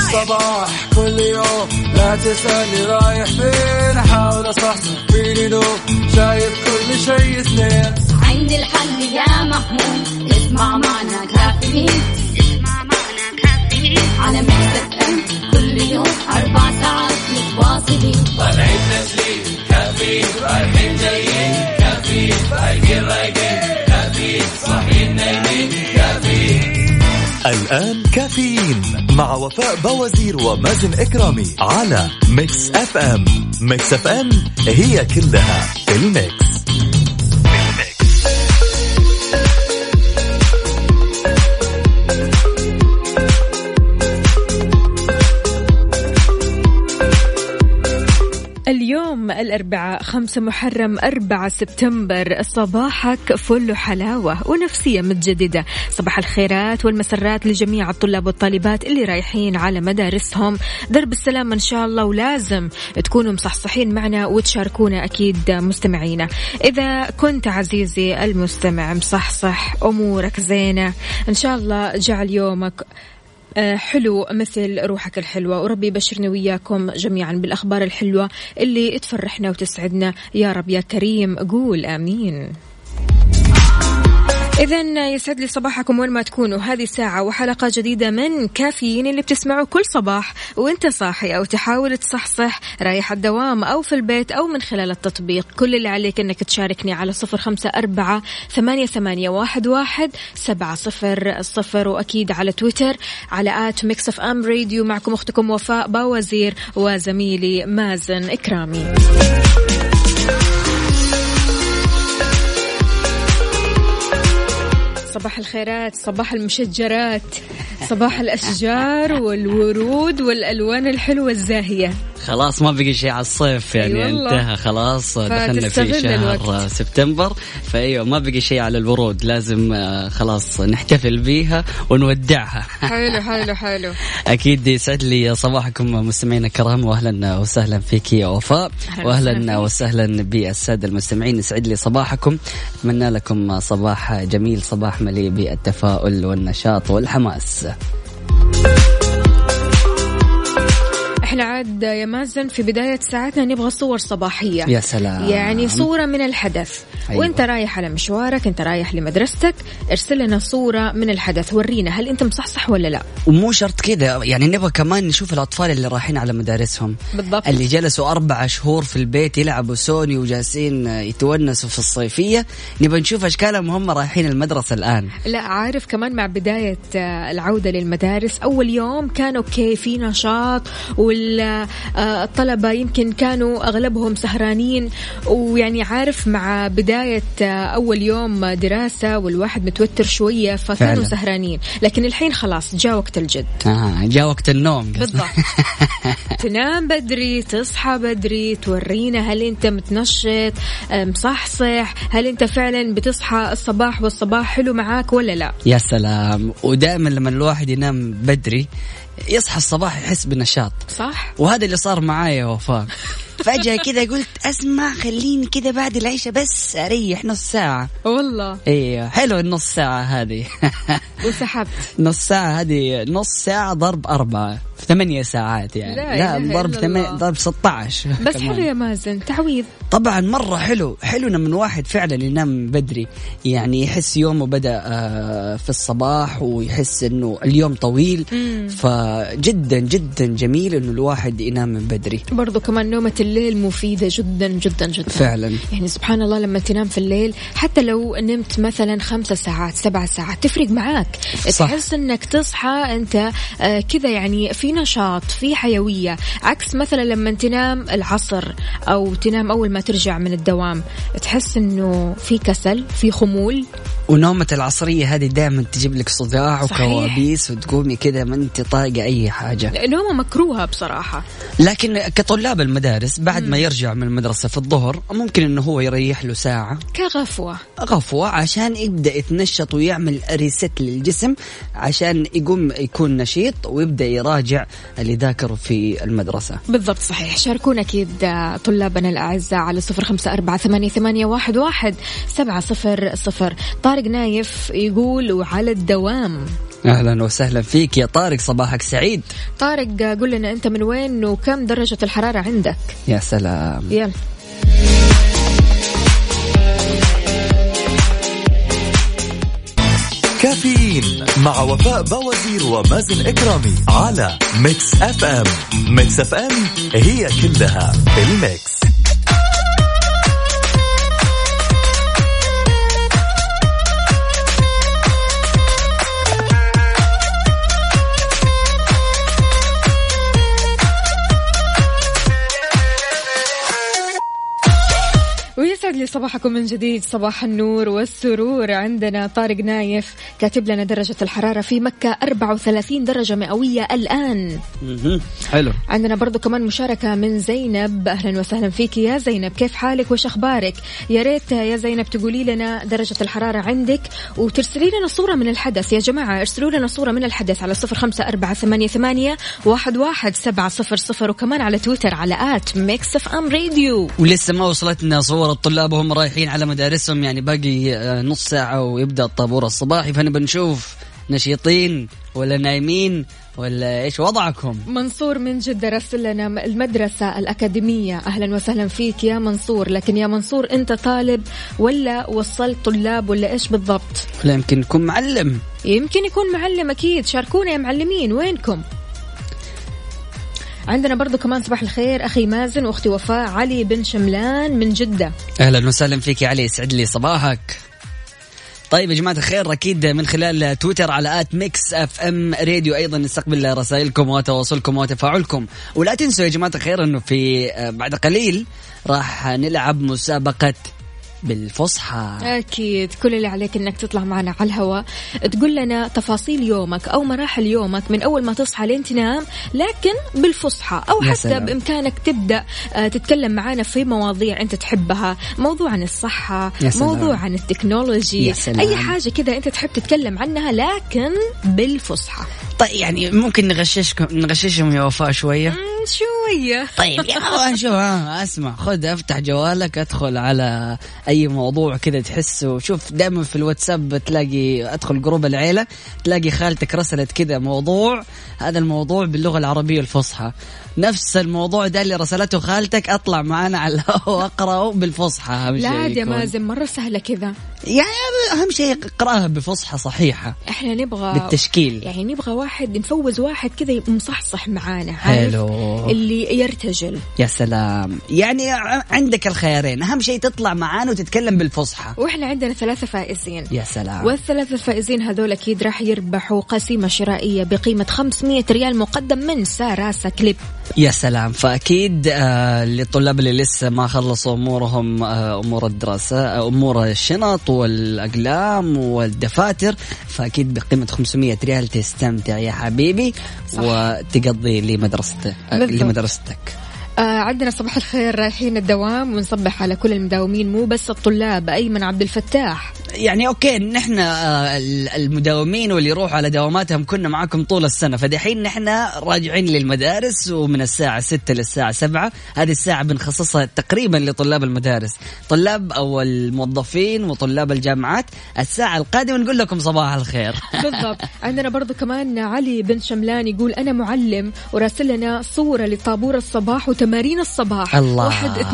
الصباح كل يوم لا تسألني رايح فين أحاول أصحصح فيني لو شايف كل شيء سنين عندي الحل يا محمود اسمع معنا كافيين على ميكس اف ام كل يوم 4 ساعات متواصلين طالعين تسليم كافيين رايحين جايين كافيين فايقين رايقين كافيين صاحيين نايمين كافيين. الآن كافيين مع وفاء بوازير ومازن إكرامي على ميكس اف ام. ميكس اف ام هي كلها الميكس. اليوم الأربعاء 5 محرم 4 سبتمبر. صباحك فل حلاوة ونفسية متجددة. صباح الخيرات والمسرات لجميع الطلاب والطالبات اللي رايحين على مدارسهم. درب السلام إن شاء الله، ولازم تكونوا مصحصحين معنا وتشاركونا أكيد مستمعينا. إذا كنت عزيزي المستمع مصحصح أمورك زينة إن شاء الله، جعل يومك حلو مثل روحك الحلوة، وربي يبشرنا وياكم جميعا بالأخبار الحلوة اللي تفرحنا وتسعدنا يا رب يا كريم. قول آمين. إذن يسعد لي صباحكم وين ما تكونوا. هذه ساعة وحلقة جديدة من كافيين اللي بتسمعوا كل صباح وانت صاحي أو تحاول تصحصح رايح الدوام أو في البيت أو من خلال التطبيق. كل اللي عليك أنك تشاركني على 0548811700 وأكيد على تويتر على @mixfmradio. معكم أختكم وفاء باوزير وزميلي مازن إكرامي. صباح الخيرات، صباح المشجرات، صباح الأشجار والورود والألوان الحلوة الزاهية. خلاص ما بقي شيء على الصيف يعني انتهى خلاص، دخلنا في شهر سبتمبر، فأيوه ما بقي شيء على الورود، لازم خلاص نحتفل بيها ونودعها. حلو حلو حلو. أكيد يسعد لي صباحكم مستمعينا الكرام، وأهلا وسهلا فيك يا وفاء، وأهلا وسهلا بالسادة المستمعين. يسعد لي صباحكم، أتمنى لكم صباح جميل، صباح مليء بالتفاؤل والنشاط والحماس. احنا عاد يا مازن في بداية ساعتنا نبغى صور صباحية. يا سلام، يعني صورة من الحدث. أيوة. وانت رايح على مشوارك، انت رايح لمدرستك، ارسل لنا صورة من الحدث، ورينا هل انت مصحصح ولا لا. ومو شرط كذا، يعني نبغى كمان نشوف الأطفال اللي رايحين على مدارسهم بالضبط، اللي جلسوا 4 شهور في البيت يلعبوا سوني وجالسين يتونسوا في الصيفية، نبغى نشوف أشكالهم هم رايحين المدرسة الآن. لا عارف، كمان مع بداية العودة للمدارس أول يوم كانوا أوكي في نشاط، والطلبة يمكن كانوا أغلبهم سهرانين، ويعني عارف مع بداية أول يوم دراسة والواحد متوتر شوية فكانوا فعلا سهرانين. لكن الحين خلاص جاء وقت الجد، جاء وقت النوم. بالضبط. تنام بدري، تصحى بدري، تورينا هل أنت متنشط مصحصح، هل أنت فعلا بتصحى الصباح والصباح حلو معاك ولا لا. يا سلام. ودائما لما الواحد ينام بدري يصحى الصباح يحس بنشاط، صح؟ وهذا اللي صار معايا وفاء. فجأة كذا قلت أسمع خليني كذا بعد العشاء بس أريح نص ساعة. والله إيه حلو النص ساعة هذه. وسحبت نص ساعة هذه، نص ساعة ضرب 4 في 8 ساعات يعني. لا ضرب 8 ضرب 16 بس حلو يا مازن، تعويض طبعا مرة حلو. حلو لما واحد فعلا ينام بدري، يعني يحس يومه بدأ في الصباح ويحس إنه اليوم طويل. فجدا جدا جميل إنه الواحد ينام من بدري. برضو كمان نومة الليل مفيدة جدا جدا جدا فعلا. يعني سبحان الله لما تنام في الليل حتى لو نمت مثلا 5 ساعات 7 ساعات تفرق معاك. صح. تحس انك تصحى انت كذا يعني في نشاط في حيوية، عكس مثلا لما تنام العصر او تنام اول ما ترجع من الدوام تحس انه في كسل في خمول. ونومة العصرية هذه دائما تجيب لك صداع وكوابيس وتقومي كذا ما انت طايقة اي حاجة. نومة مكروهة بصراحة. لكن كطلاب المدارس بعد ما يرجع من المدرسة في الظهر ممكن انه هو يريح له ساعة غفوة عشان يبدأ يتنشط ويعمل ريست للجسم عشان يكون نشيط ويبدأ يراجع اللي ذاكره في المدرسة. بالضبط صحيح. شاركونا أكيد طلابنا الأعزاء على 0548811700. طارق نايف يقول وعلى الدوام. أهلا وسهلا فيك يا طارق، صباحك سعيد. طارق قل لنا أنت من وين وكم درجة الحرارة عندك؟ يا سلام. يلا. كافيين مع وفاء بوازير ومازن إكرامي على ميكس اف ام. ميكس اف ام هي كلها الميكس. ويسعد لي صباحكم من جديد، صباح النور والسرور. عندنا طارق نايف كاتب لنا درجة الحرارة في مكة 34 درجة مئوية الآن. حلو. عندنا برضو كمان مشاركة من زينب، أهلا وسهلا فيك يا زينب، كيف حالك وش أخبارك؟ يا ريت يا زينب تقولي لنا درجة الحرارة عندك وترسلي لنا صورة من الحدث. يا جماعة ارسلوا لنا صورة من الحدث على 0548811700 وكمان على تويتر على @mixfmradio. ولسه ما وصلتنا صور الطلاب وهم رايحين على مدارسهم، يعني باقي نص ساعة ويبدأ الطابور الصباحي، فنبي نشوف نشيطين ولا نايمين ولا إيش وضعكم. منصور من جدة رسل لنا المدرسة الأكاديمية، أهلا وسهلا فيك يا منصور. لكن يا منصور أنت طالب ولا وصلت طلاب ولا إيش بالضبط؟ لا يمكن يكون معلم. يمكن يكون معلم أكيد، شاركونا يا معلمين وينكم. عندنا برضو كمان صباح الخير أخي مازن وأختي وفاء، علي بن شملان من جدة. أهلا وسهلا فيك يا علي، يسعد لي صباحك. طيب يا جماعة الخير، أكيد من خلال تويتر على @mixfmradio أيضا نستقبل رسائلكم وتواصلكم وتفاعلكم. ولا تنسوا يا جماعة الخير أنه في بعد قليل راح نلعب مسابقة بالفصحى. أكيد كل اللي عليك أنك تطلع معنا على الهواء، تقول لنا تفاصيل يومك أو مراحل يومك من أول ما تصحى لين تنام، لكن بالفصحى، أو حتى سلام. بإمكانك تبدأ تتكلم معنا في مواضيع أنت تحبها، موضوع عن الصحة، موضوع عن التكنولوجي، أي حاجة كذا أنت تحب تتكلم عنها لكن بالفصحى. طيب يعني ممكن نغششهم يا وفاء شوية. طيب يا شو اسمع، خذ افتح جوالك، ادخل على اي موضوع كذا تحسه. شوف دائما في الواتساب تلاقي، ادخل جروب العيلة تلاقي خالتك رسلت كذا موضوع، هذا الموضوع باللغة العربية الفصحى، نفس الموضوع ده اللي رسلته خالتك اطلع معنا على واقرأه بالفصحى. لا عاد يا مازن، مرة سهلة كذا، يعني اهم شيء اقراها بفصحى صحيحة. احنا نبغى بالتشكيل، يعني نبغى واحد نفوز، واحد كذا مصحصح معانا، حلو، اللي يرتجل. يا سلام، يعني عندك الخيارين، اهم شيء تطلع معانا وتتكلم بالفصحى. واحنا عندنا 3 فائزين. يا سلام. والثلاث الفائزين هذول اكيد راح يربحوا قسيمة شرائية بقيمة 500 ريال مقدم من ساراسا كليب. يا سلام. فأكيد للطلاب اللي لسه ما خلصوا أمورهم، أمور الدراسة، أمور الشنط والأقلام والدفاتر، فأكيد بقيمة 500 ريال تستمتع يا حبيبي. صح. وتقضي لمدرستك. عندنا صباح الخير، رايحين الدوام ونصبح على كل المداومين، مو بس الطلاب. أيمن عبد الفتاح، يعني أوكي نحن المداومين واللي يروحوا على دواماتهم كنا معاكم طول السنة، فدحين نحن راجعين للمدارس، ومن الساعة 6 للساعة 7 هذه الساعة بنخصصها تقريبا لطلاب المدارس، طلاب أو الموظفين وطلاب الجامعات. الساعة القادمة نقول لكم صباح الخير. بالضبط. عندنا برضو كمان علي بن شملان يقول أنا معلم، وراسل لنا صورة لطابور الصباح وتمارين الصباح. الله.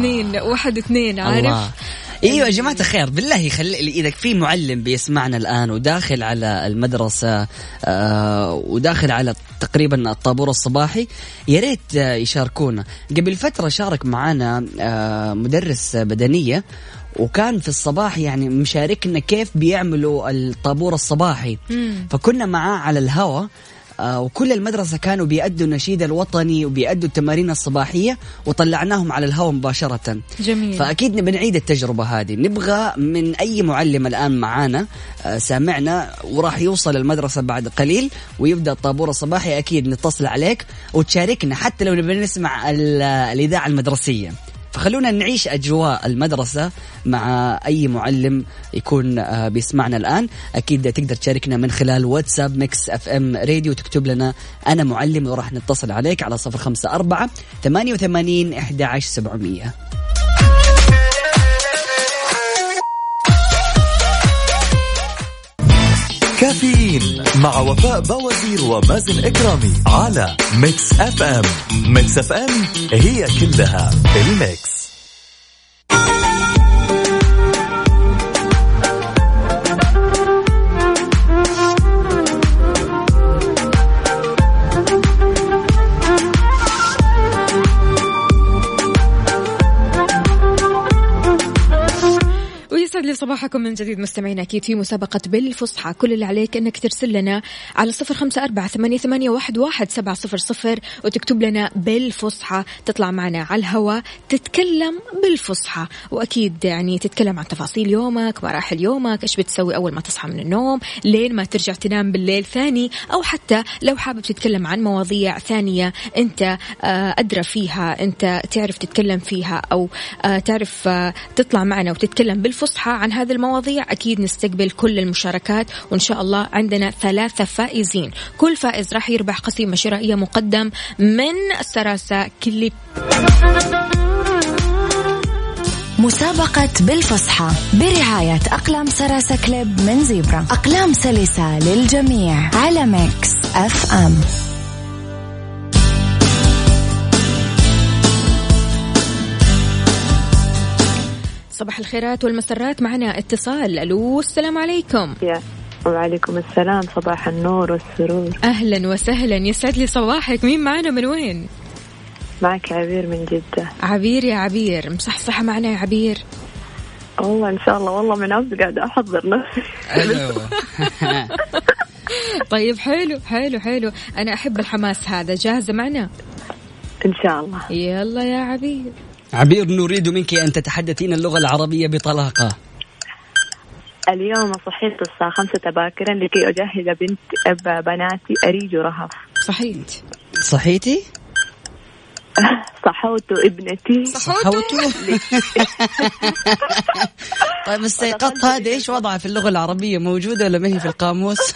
1-2 عارف الله. ايوه يا جماعه الخير، بالله خلي اذا في معلم بيسمعنا الان وداخل على المدرسه وداخل على تقريبا الطابور الصباحي، يا ريت يشاركونا. قبل فتره شارك معنا مدرس بدنيه، وكان في الصباح يعني مشاركنا كيف بيعملوا الطابور الصباحي، فكنا معاه على الهواء، وكل المدرسة كانوا بيأدوا النشيد الوطني وبيأدوا التمارين الصباحية، وطلعناهم على الهواء مباشرة. جميل. فأكيد نبي نعيد التجربة هذه. نبغى من أي معلم الآن معانا سامعنا وراح يوصل المدرسة بعد قليل ويبدأ الطابور الصباحي، أكيد نتصل عليك وتشاركنا، حتى لو نبي نسمع الإذاعة المدرسية. فخلونا نعيش أجواء المدرسة مع أي معلم يكون بيسمعنا الآن. أكيد تقدر تشاركنا من خلال واتساب ميكس اف ام راديو، تكتب لنا أنا معلم وراح نتصل عليك على 0548811700. كافيين مع وفاء بوازير ومازن إكرامي على ميكس اف ام. ميكس اف ام هي كلها الميكس. لي صباحكم من جديد مستمعين. أكيد في مسابقة بالفصحى، كل اللي عليك أنك ترسل لنا على 0548811700 وتكتب لنا بالفصحى، تطلع معنا على الهواء تتكلم بالفصحى، وأكيد يعني تتكلم عن تفاصيل يومك، مراحل يومك، إيش بتسوي أول ما تصحى من النوم لين ما ترجع تنام بالليل ثاني، أو حتى لو حابب تتكلم عن مواضيع ثانية أنت أدرى فيها، أنت تعرف تتكلم فيها، أو تعرف تطلع معنا وتتكلم بالفصحى عن هذه المواضيع. أكيد نستقبل كل المشاركات، وإن شاء الله عندنا 3 فائزين. كل فائز راح يربح قسيمة شرائية مقدم من سراسة كليب. مسابقة بالفصحى برعاية أقلام سراسة كليب من زيبرا، أقلام سلسة للجميع على ميكس اف ام. صباح الخيرات والمسرات، معنا اتصال. ألو، السلام عليكم. وعليكم السلام، صباح النور والسرور. أهلا وسهلا، يسعد لي صباحك. مين معنا من وين؟ معك عبير من جدة. عبير يا عبير، مصحصحة معنا يا عبير؟ والله إن شاء الله، والله من أمس قاعدة أحضر نفسي. طيب حلو حلو حلو، أنا أحب الحماس هذا. جاهزة معنا؟ إن شاء الله. يلا يا عبير. عبير، نريد منك أن تتحدثين اللغة العربية بطلاقة. اليوم صحيت الساعة 5 باكرا لكي أجهز بناتي أريج رهف. صحيت؟ صحيتي؟ صحوت ابنتي. صحوت. طيب استيقظت، هذا إيش وضعها في اللغة العربية؟ موجودة ولا ما هي في القاموس؟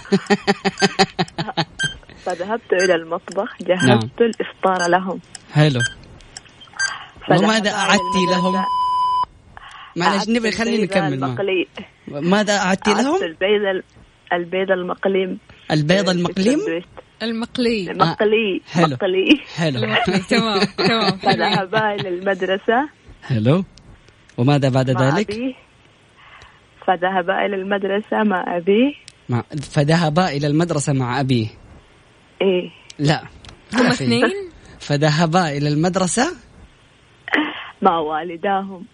فذهبت إلى المطبخ، جهزت الإفطار لهم. حلو. وماذا أعدتي لهم؟ معلش نبي خلينا نكمل. ماذا أعدتي لهم؟ البيض المقلي. البيض المقلي؟ المقلي. حلو. حلو. تمام تمام. فذهبا إلى المدرسة. حلو. وماذا بعد ذلك؟ فذهبا إلى المدرسة مع أبيه. فذهبا إلى المدرسة مع أبيه. إيه. لا. هم 2. فذهبا إلى المدرسة مع والداهم.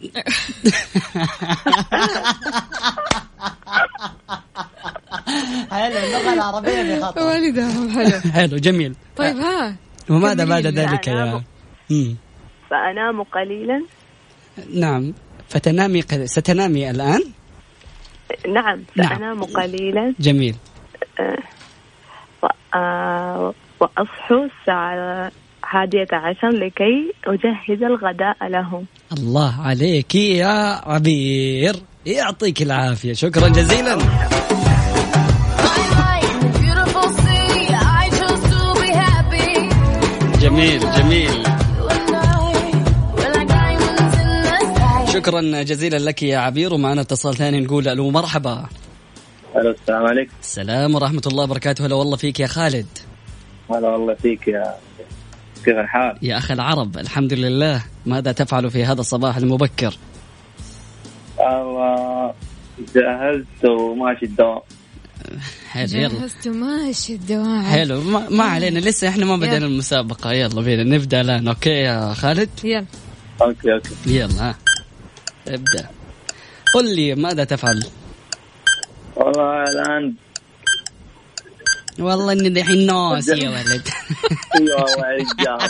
حلو، اللغة العربية بخطأ. والداهم. حلو. حلو جميل. طيب ها، وماذا بعد ذلك يا؟ فأنام قليلا. نعم. ستنامي الآن؟ نعم، سأنام قليلا. جميل. وأصحو الساعة 11 لكي أجهز الغداء لهم. الله عليك يا عبير، يعطيك العافية، شكرا جزيلا. جميل جميل، شكرا جزيلا لك يا عبير. ومعنا اتصال ثاني، نقول ألو مرحبا. ألو، السلام عليكم. السلام ورحمة الله وبركاته. هلا والله فيك يا خالد. هلا والله فيك يا، كيف الحال؟ يا أخي العرب، الحمد لله. ماذا تفعل في هذا الصباح المبكر؟ الله، جهزت وماشي الدوام. جهزت وماشي الدوام. حلو، ما علينا، لسه احنا ما بدأنا المسابقة. يلا بينا نبدأ الآن. أوكي يا خالد؟ يلا. أوكي. يلا ها، ابدأ. قل لي ماذا تفعل؟ والله الآن والله إني دحين ناس يا ولد. يا رجال.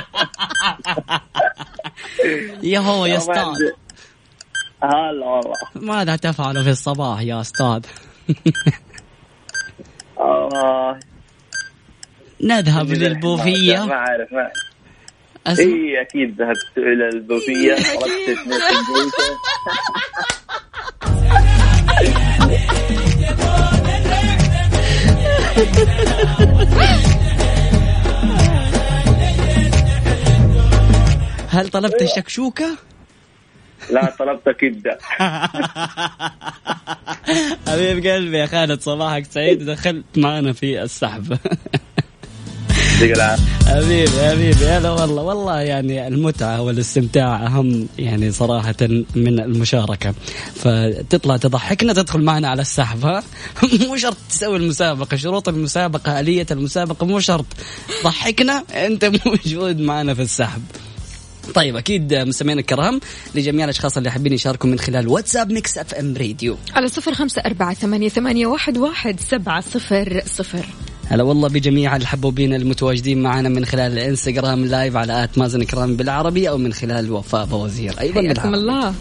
يا هو يا أستاذ. هلا والله. ماذا تفعل في الصباح يا أستاذ؟ نذهب للبوفية. ما أعرف. إيه أكيد ذهبت إلى البوفية. هل طلبت الشكشوكة؟ لا طلبت كبدة. حبيب قلبي يا خالد صباحك سعيد دخلت معنا في السحب. حبيبي هلا والله يعني المتعة والاستمتاع أهم يعني صراحة من المشاركة. فتطلع تضحكنا تدخل معنا على السحب. ها مو شرط تسوي المسابقة، شروط المسابقة آلية المسابقة مو شرط ضحكنا أنت موجود معنا في السحب. طيب أكيد مستمعينا الكرام لجميع الأشخاص اللي حابين يشاركوا من خلال واتساب ميكس اف ام راديو على 0548811700. هلا والله بجميع الحبوبين المتواجدين معنا من خلال الانستغرام لايف على @مازن كرام بالعربي أو من خلال وفاء بوزير أيضا بالعربي. الله.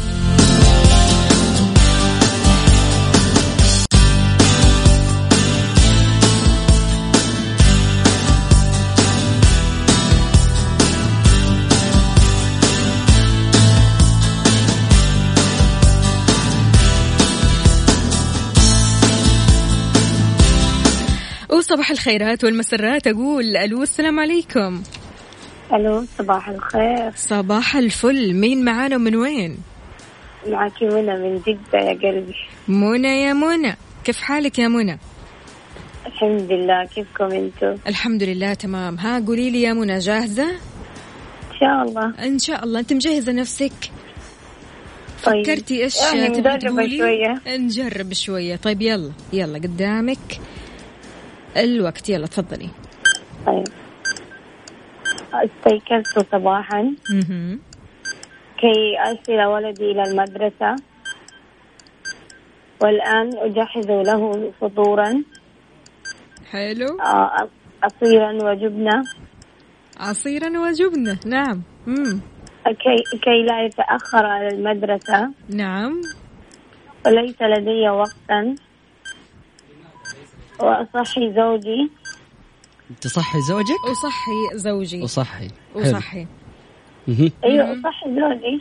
صباح الخيرات والمسرات. أقول ألو السلام عليكم. ألو صباح الخير. صباح الفل. مين معانا ومن وين؟ معك منى من جدة يا قلبي. منى يا منى، كيف حالك يا منى؟ الحمد لله، كيفكم انتو؟ الحمد لله تمام. ها قولي لي يا منى، جاهزة؟ إن شاء الله. إن شاء الله. أنت مجهزة نفسك؟ طيب. فكرتي إيش يعني تبي تقولي؟ شوية. نجرب شوية. طيب يلا قدامك الوقت، يلا تفضلي. طيب استيقظت صباحا كي أرسل ولدي إلى المدرسة، والآن أجهز له فطورا. حلو. عصيرا وجبنة. عصيرا وجبنة، نعم. كي لا يتأخر على المدرسة. نعم. وليس لدي وقتا. وأصحي زوجي. تصحي زوجك؟ أصحي زوجي. أصحي. أيوة أصحي زوجي.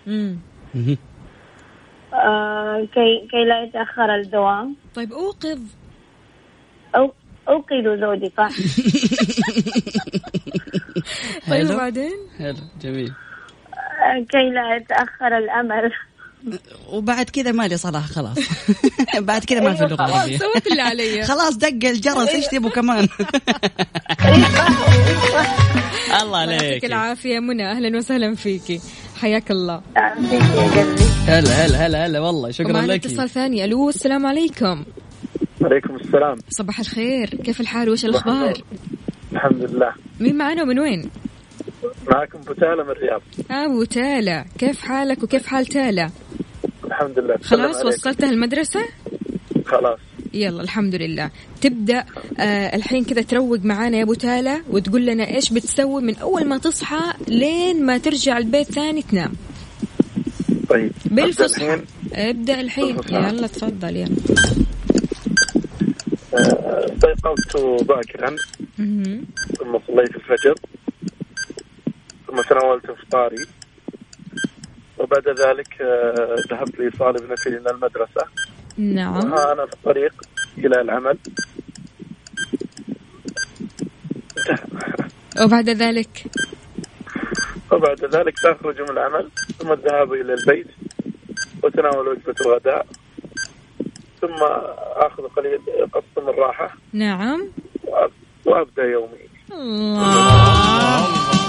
كي لا يتأخر الدوام. طيب أوقظ زوجي صح. طيب وبعدين؟ حلو جميل. كي لا يتأخر الأمل. وبعد كذا مالي صلاح خلاص. بعد كذا ما في اللغة العربية. سويت اللي علي. خلاص دق الجرس، ايش تبوا كمان؟ الله عليك. يعطيك العافية منى، أهلا وسهلا فيكي، حياك الله. هلا والله شكرا لك. اتصال ثاني. ألو السلام عليكم. عليكم السلام. صباح الخير، كيف الحال وش الأخبار؟ الحمد لله. مين معنا ومن وين؟ معكم بوتالة من الرياض. أبو تالة، كيف حالك وكيف حال تالة؟ الحمد لله. خلاص وصلتها المدرسة؟ خلاص يلا الحمد لله. تبدأ الحين كذا تروق معانا يا أبو تالة وتقول لنا إيش بتسوي من أول ما تصحى لين ما ترجع البيت ثاني تنام. طيب بالفصحى. ابدأ الحين يلا تفضل يلا. استيقظت باكرا ثم صليت الفجر ثم تناولت فطاري، وبعد ذلك ذهبت لإيصال ابنتي إلى المدرسة. نعم. أنا في الطريق إلى العمل. وبعد ذلك تخرج من العمل ثم الذهاب إلى البيت وتناول وجبة الغداء ثم أخذ قسط من الراحة. نعم. وأبدأ يومي. الله.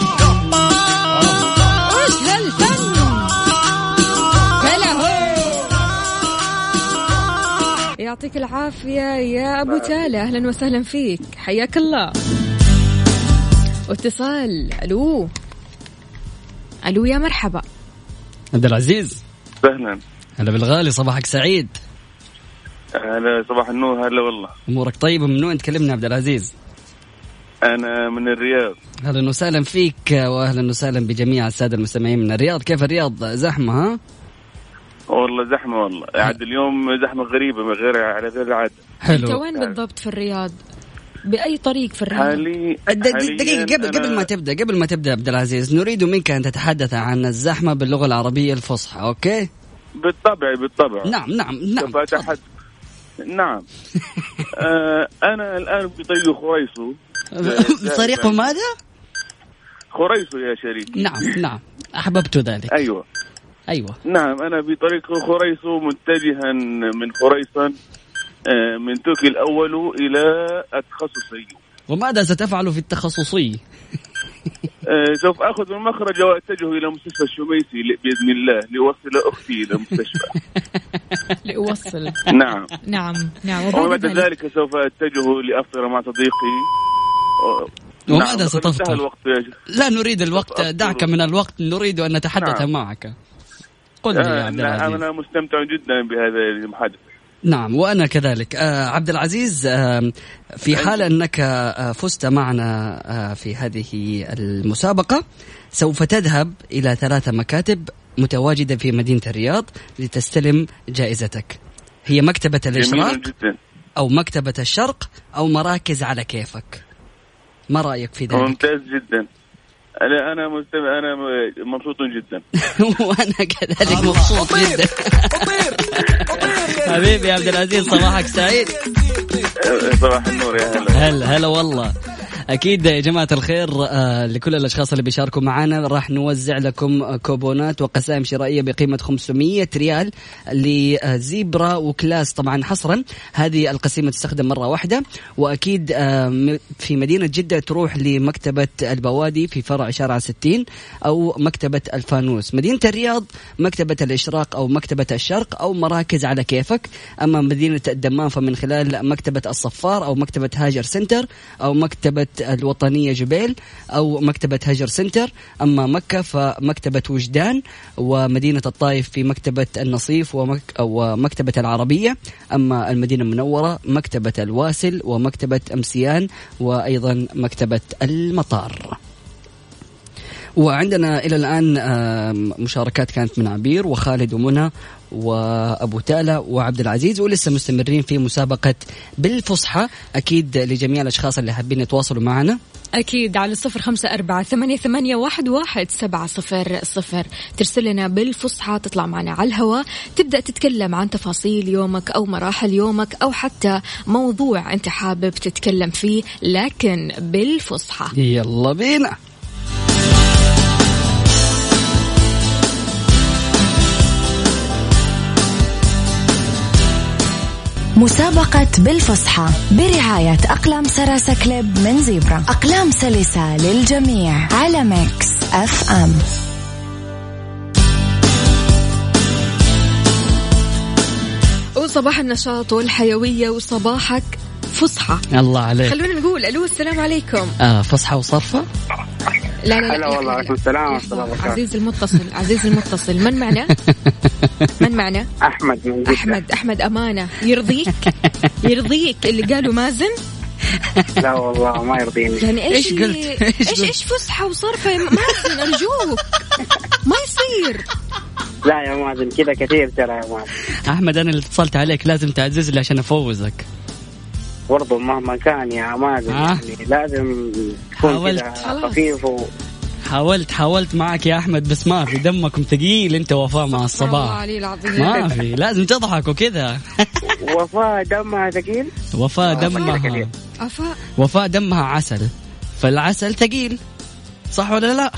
وش هالفن. يعطيك العافية يا أبو تالة، أهلا وسهلا فيك، حياك الله. واتصال. ألو يا مرحبا. عبد العزيز. أهلا. هلا بالغالي، صباحك سعيد. هلا صباح النور. هلا والله. أمورك طيبة؟ من وين تكلمنا عبد العزيز؟ أنا من الرياض. أهلا وسهلا فيك وأهلا وسهلا بجميع السادة المستمعين من الرياض. كيف الرياض؟ زحمة ها؟ والله زحمة والله، عاد اليوم زحمة غريبة على غير العادة. حلو. أنت وين بالضبط في الرياض؟ بأي طريق في الرياض؟ دقيقة قبل ما تبدأ عبد العزيز، نريد منك أن تتحدث عن الزحمة باللغة العربية الفصحى. أوكي؟ بالطبع. نعم. نعم. أنا الآن بطريق خريصو. طريق ماذا؟ خريصو يا شريك. نعم أحببت ذلك. أيوة. أيوة. نعم أنا في طريق خريصو متجها من خريصان من توكي الأول إلى التخصصي. وماذا ستفعل في التخصصي؟ سوف أخذ المخرج وأتجه إلى مستشفى الشميسي بإذن الله لأوصل أختي إلى المستشفى. لأوصل. نعم. نعم. وبعد ذلك سوف أتجه لأفطر مع صديقي. وماذا ستفطر؟ لا نريد الوقت، دعك من الوقت، نريد أن نتحدث معك. قل لي يا عبد العزيز. أنا مستمتع جدا بهذا المحادثة. نعم وأنا كذلك. عبد العزيز، في حال أنك فزت معنا في هذه المسابقة سوف تذهب إلى 3 مكاتب متواجدة في مدينة الرياض لتستلم جائزتك. هي مكتبة الإشراق أو مكتبة الشرق أو مراكز على كيفك. ما رأيك في ذلك؟ ممتاز جدا. أنا مبسوط جدا. وأنا كذلك مبسوط جدا. حبيبي يا عبد العزيز، صباحك سعيد. صباح النور يا هلا. هلا والله. أكيد يا جماعة الخير، لكل الأشخاص اللي بيشاركوا معنا راح نوزع لكم كوبونات وقسائم شرائية بقيمة 500 ريال لزيبرا وكلاس. طبعا حصرا هذه القسيمة تستخدم مرة واحدة. وأكيد في مدينة جدة تروح لمكتبة البوادي في فرع شارع 60 أو مكتبة الفانوس. مدينة الرياض مكتبة الإشراق أو مكتبة الشرق أو مراكز على كيفك. أما مدينة الدمام فمن خلال مكتبة الصفار أو مكتبة هاجر سنتر أو مكتبة الوطنية جبيل أو مكتبة هاجر سنتر. أما مكة فمكتبة وجدان، ومدينة الطائف في مكتبة النصيف ومكتبة العربية. أما المدينة المنورة مكتبة الواسل ومكتبة أمسيان وأيضا مكتبة المطار. وعندنا إلى الآن مشاركات كانت من عبير وخالد ومنى وأبو تالا وعبد العزيز، ولسه مستمرين في مسابقة بالفصحى. أكيد لجميع الأشخاص اللي حابين يتواصلوا معنا أكيد على 0548811700 ترسل لنا بالفصحى، تطلع معنا على الهواء، تبدأ تتكلم عن تفاصيل يومك أو مراحل يومك أو حتى موضوع أنت حابب تتكلم فيه لكن بالفصحى. يلا بينا. مسابقة بالفصحى برعاية أقلام سراسة كليب من زيبرا. أقلام سلسة للجميع على ميكس اف ام. وصباح النشاط والحيوية وصباحك فصحى. الله عليك. خلونا نقول ألو السلام عليكم. فصحى وصرفة. لا والله عليكم السلام. عزيز المتصل من معنا؟ من معنا؟ أحمد من جدة. أحمد أمانة. يرضيك اللي قالوا مازن؟ لا والله ما يرضيني. يعني إيش قلت؟ إيش فصحى وصرفة يا مازن أرجوك ما يصير. لا يا مازن كذا كثير ترى يا مازن. أحمد أنا اللي اتصلت عليك، لازم تعزز لي عشان أفوزك. برضو مهما كان يا مازن يعني لازم تكون كذا خفيف حاولت معك يا أحمد بس ما في، دمكم ثقيل أنت وفاء مع الصباح. ما في، لازم تضحك وكذا. وفاء دمها ثقيل. وفاء دمها عسل، فالعسل ثقيل صح ولا لا؟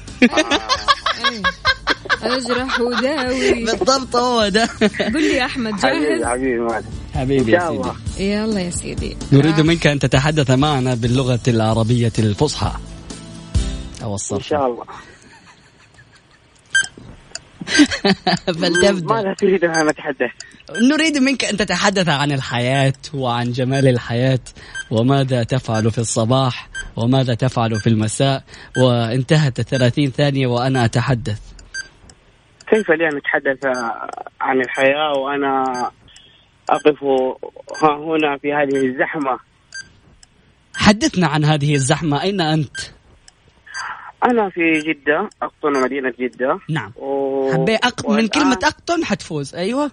أجرح وداوي بالضبط هو ده. قل لي يا أحمد جاهز؟ حبيبي يا سيدي. يلا يا سيدي، نريد منك أن تتحدث معنا باللغة العربية الفصحى أو الصرف إن شاء الله. فلتبدأ. ماذا تريد أن نتحدث؟ نريد منك أن تتحدث عن الحياة وعن جمال الحياة وماذا تفعل في الصباح وماذا تفعل في المساء. وانتهت 30 ثانية وأنا أتحدث. كيف لي أن أتحدث عن الحياة وأنا أقف هنا في هذه الزحمة؟ حدثنا عن هذه الزحمة. أين أنت؟ أنا في جدة، أقطن مدينة جدة. نعم. من كلمة أقطن حتفوز. أيوة.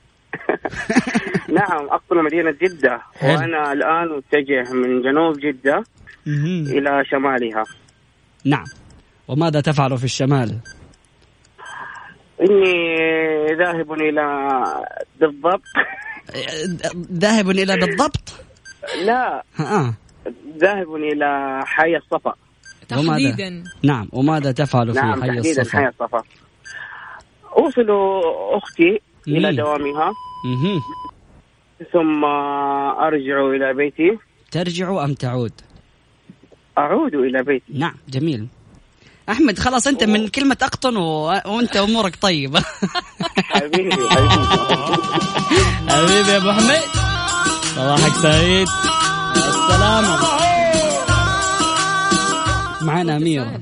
نعم أقطن مدينة جدة. وأنا الآن متجه من جنوب جدة إلى شمالها. نعم. وماذا تفعل في الشمال؟ إني ذاهب إلى بالضبط. ذاهب إلى بالضبط؟ لا. ذاهب إلى حي الصفا. تحديدا. نعم. وماذا تفعل في حي الصفا؟ حي الصفا. أوصل أختي إلى دوامها ثم أرجع إلى بيتي. ترجع أم تعود؟ أعود إلى بيتي. نعم جميل. أحمد خلاص أنت من كلمة أقطن وأنت أمورك طيبة. حبيبي حبيبي يا أبو حميد، صباحك سعيد. السلامة. معنا أميرة.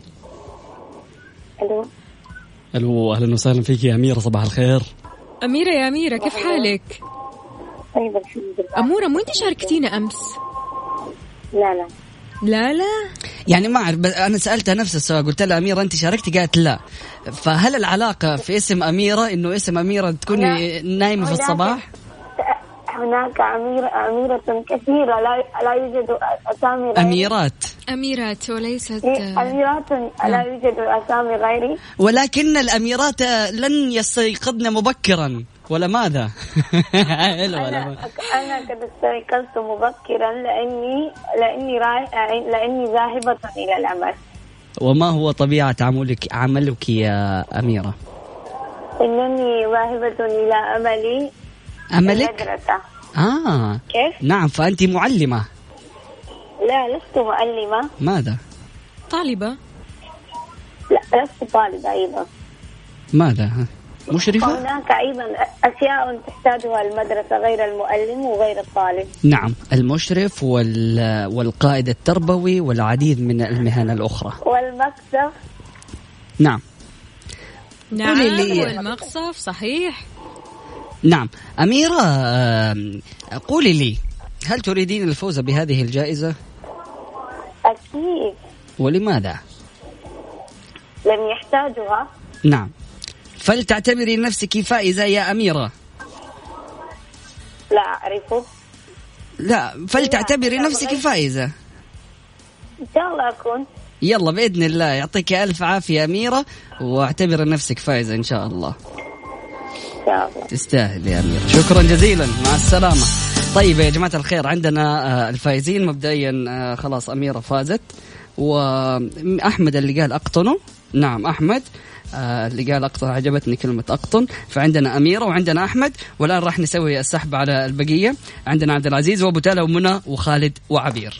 ألو أهلا وسهلا فيك يا أميرة، صباح الخير. أميرة يا أميرة كيف حالك؟ طيب الحمد لله. أمورة مو أنت شاركتينا أمس؟ لا يعني ما أعرف، أنا سألتها نفس السؤال، قلت لها أميرة أنت شاركتي؟ قالت لا. فهل العلاقة في اسم أميرة إنه اسم أميرة تكوني نايمة في الصباح؟ هناك أميرة كثيرة لا يوجد أسامي غيري. أميرات وليست أميرات لا يوجد أسامي غيري. ولكن الأميرات لن يستيقظن مبكرا ولا ماذا؟ أنا قد استيقظت مبكرا لأني ذاهبة إلى العمل. وما هو طبيعة عملك يا أميرة؟ إنني ذاهبة إلى عملي. عملك؟ المدرسة. كيف؟ نعم، فأنت معلمة. لا لست معلمة. ماذا؟ طالبة. لا لست طالبة أيضا. ماذا؟ مشرفة؟ هناك أيضا أشياء تحتاجها المدرسة غير المعلم وغير الطالب. نعم، المشرف والقائد التربوي والعديد من المهن الأخرى. والمكتب. نعم والمقصف صحيح. نعم. أميرة قولي لي، هل تريدين الفوز بهذه الجائزة؟ أكيد. ولماذا؟ لم يحتاجها. نعم. فلتعتبري نفسك فائزة يا أميرة. لا أعرفه. لا، فلتعتبري نفسك فائزة. إن شاء الله أكون. يلا بإذن الله، يعطيك ألف عافية أميرة، واعتبر نفسك فائزة إن شاء الله. تستاهل يا أمير، شكرا جزيلا، مع السلامة. طيب يا جماعة الخير، عندنا الفائزين مبدئيا. خلاص أميرة فازت، وأحمد اللي قال أقطنه. نعم أحمد اللي قال أقطن، عجبتني كلمة أقطن. فعندنا أميرة وعندنا أحمد، والآن راح نسوي السحب على البقية. عندنا عبد العزيز وأبو تالا ومنى وخالد وعبير.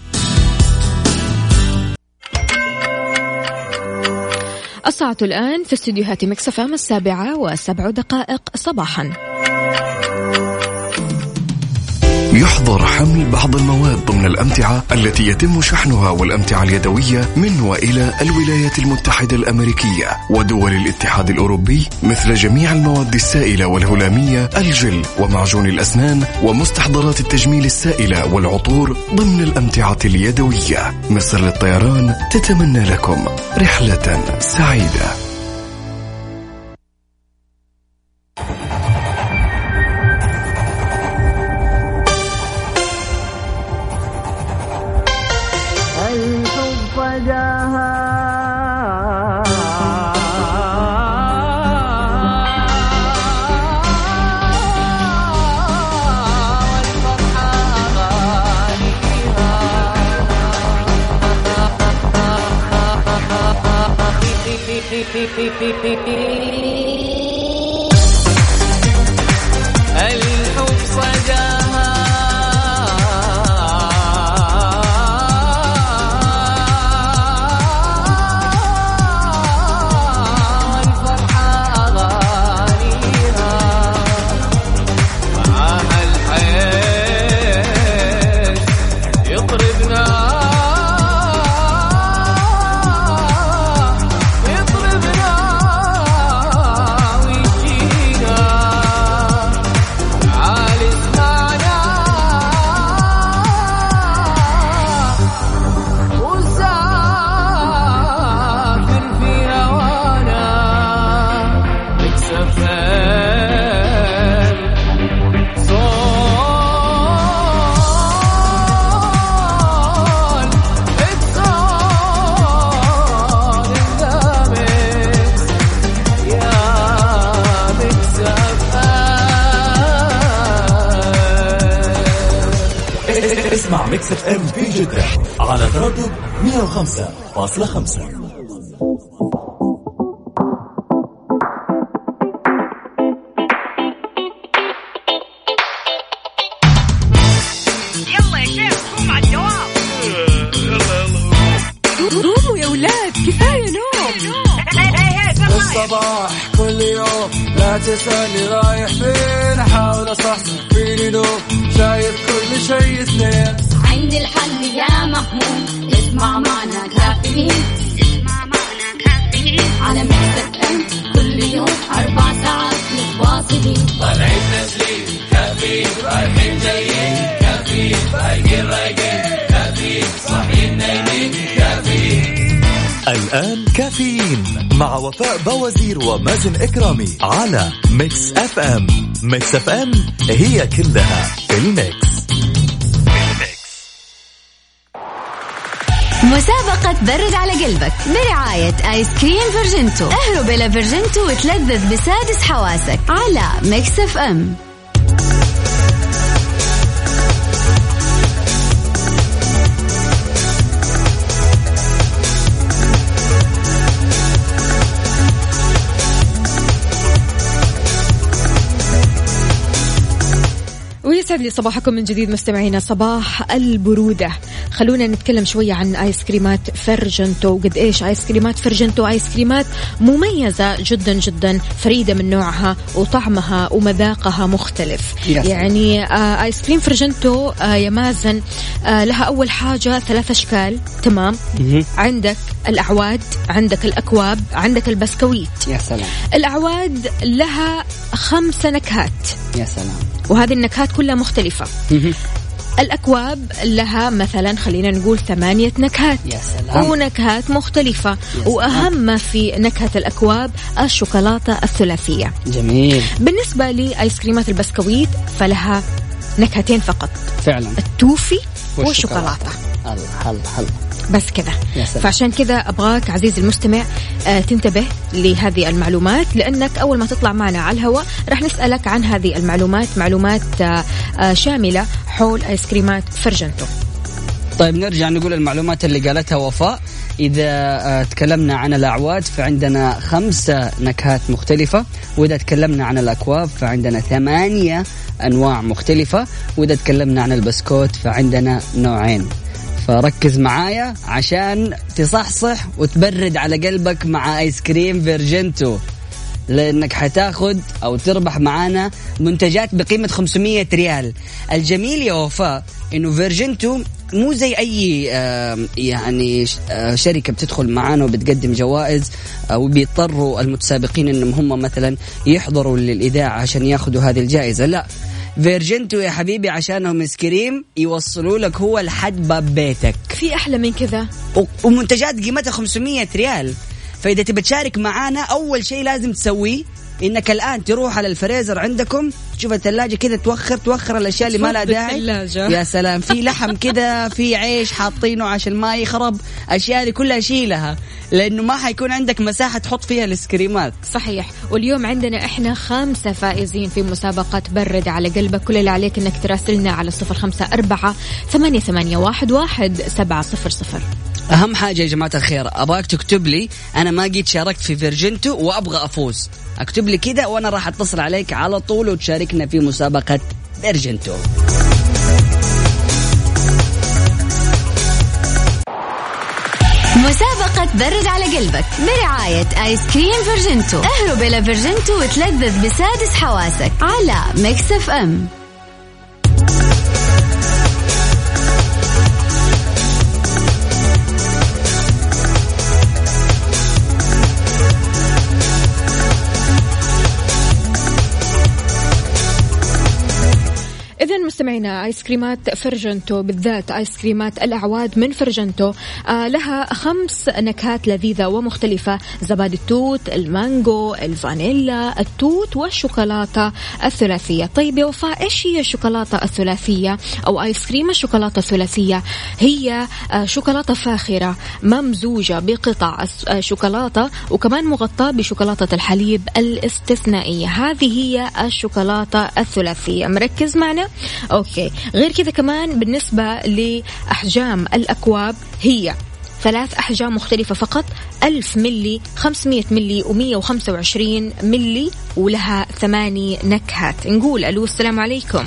الساعة الآن في استديوهات ميكس اف ام 7:07 صباحا. يحظر حمل بعض المواد ضمن الأمتعة التي يتم شحنها والأمتعة اليدوية من وإلى الولايات المتحدة الأمريكية ودول الاتحاد الأوروبي، مثل جميع المواد السائلة والهلامية، الجل ومعجون الأسنان ومستحضرات التجميل السائلة والعطور ضمن الأمتعة اليدوية. مصر للطيران تتمنى لكم رحلة سعيدة. الحب صداها والفرحة أغانيها معاها الحياة يطربنا اسمع ميكس اف ام في جدة على تردد 105.5. الصباح كل يوم لا تسألني رايح فين أحاول أصحصح فيني نوم شايف كل شيء اثنين عندي الحل يا محمود اسمع معنا كافيين على ميكس اف ام كل يوم 4 ساعات متواصلين طالعين تسليم كافيين رايحين جايين كافيين فايقين رايقين كافيين صاحيين نايمين كافيين. الآن كافيين مع وفاء بوازير ومازن إكرامي على ميكس اف ام. ميكس اف ام هي كلها في الميكس. مسابقة برد على قلبك برعاية آيس كريم فيرجنتو. اهرب إلى فيرجنتو وتلذذ بسادس حواسك على ميكس اف ام. ويسعد لي صباحكم من جديد مستمعينا، صباح البرودة. خلونا نتكلم شوية عن آيس كريمات فيرجنتو وقد إيش آيس كريمات فيرجنتو آيس كريمات مميزة جدا جدا، فريدة من نوعها وطعمها ومذاقها مختلف. يعني آيس كريم فيرجنتو يا مازن لها أول حاجة 3 أشكال. تمام. عندك الأعواد، عندك الأكواب، عندك البسكويت. يا سلام. الأعواد لها 5 نكهات. يا سلام. وهذه النكهات كلها مختلفة. الأكواب لها مثلا خلينا نقول 8 نكهات. يا سلام. ونكهات مختلفة. وأهم ما في نكهة الأكواب الشوكولاتة الثلاثية. جميل. بالنسبة لآيس كريمات البسكويت فلها نكهتين فقط فعلا، التوفي والشوكولاتة. الله بس كذا. فعشان كذا أبغاك عزيزي المستمع تنتبه لهذه المعلومات، لأنك أول ما تطلع معنا على الهواء رح نسألك عن هذه المعلومات، معلومات شاملة حول آيس كريمات فيرجنتو. طيب نرجع نقول المعلومات اللي قالتها وفاء. إذا تكلمنا عن الأعواد فعندنا 5 نكهات مختلفة، وإذا تكلمنا عن الأكواب فعندنا 8 أنواع مختلفة، وإذا تكلمنا عن البسكوت فعندنا 2. فركز معايا عشان تصحصح وتبرد على قلبك مع آيس كريم فيرجنتو، لأنك حتاخد أو تربح معانا منتجات بقيمة 500 ريال. الجميل يا وفاء إنه فيرجنتو مو زي أي يعني شركة بتدخل معانا وبتقدم جوائز وبيضطروا المتسابقين إنهم هم مثلا يحضروا للإذاعة عشان ياخدوا هذه الجائزة. لا، فيرجنتو يا حبيبي عشانهم اسكريم يوصلوا لك هو لحد باب بيتك. في أحلى من كذا؟ ومنتجات قيمتها 500 ريال. فإذا تبي تشارك معانا أول شيء لازم تسويه إنك الآن تروح على الفريزر عندكم، تشوف الثلاجة كذا، توخر الأشياء اللي ما لها داعي. يا سلام، في لحم كذا، في عيش حاطينه عشان ما يخرب، أشياء دي كلها شيلها، لأنه ما حيكون عندك مساحة تحط فيها الاسكريمات. صحيح. واليوم عندنا إحنا 5 فائزين في مسابقة برد على قلبك. كل اللي عليك إنك تراسلنا على 0548811700. أهم حاجة يا جماعة الخير أبغاك تكتب لي أنا ما قيت شاركت في فيرجنتو وأبغى أفوز. اكتب لي كده وأنا راح أتصل عليك على طول وتشاركنا في مسابقة فيرجنتو. مسابقة برد على قلبك برعاية آيس كريم فيرجنتو. اهرب إلى فيرجنتو وتلذذ بسادس حواسك على ميكس اف ام. إذن مستمعينا، آيس كريمات فيرجنتو بالذات آيس كريمات الأعواد من فيرجنتو لها 5 نكهات لذيذة ومختلفة: زبادي التوت، المانجو، الفانيلا، التوت والشوكولاتة الثلاثية. طيب يا وفاء، إيش هي الشوكولاتة الثلاثية أو آيس كريم الشوكولاتة الثلاثية؟ هي شوكولاتة فاخرة ممزوجة بقطع شوكولاتة وكمان مغطاة بشوكولاتة الحليب الاستثنائية. هذه هي الشوكولاتة الثلاثية. مركز معنا؟ أوكي. غير كذا كمان بالنسبة لأحجام الأكواب هي 3 أحجام مختلفة فقط: 1000 ملي، 500 ملي، و125 ملي، ولها 8 نكهات. نقول ألو، السلام عليكم.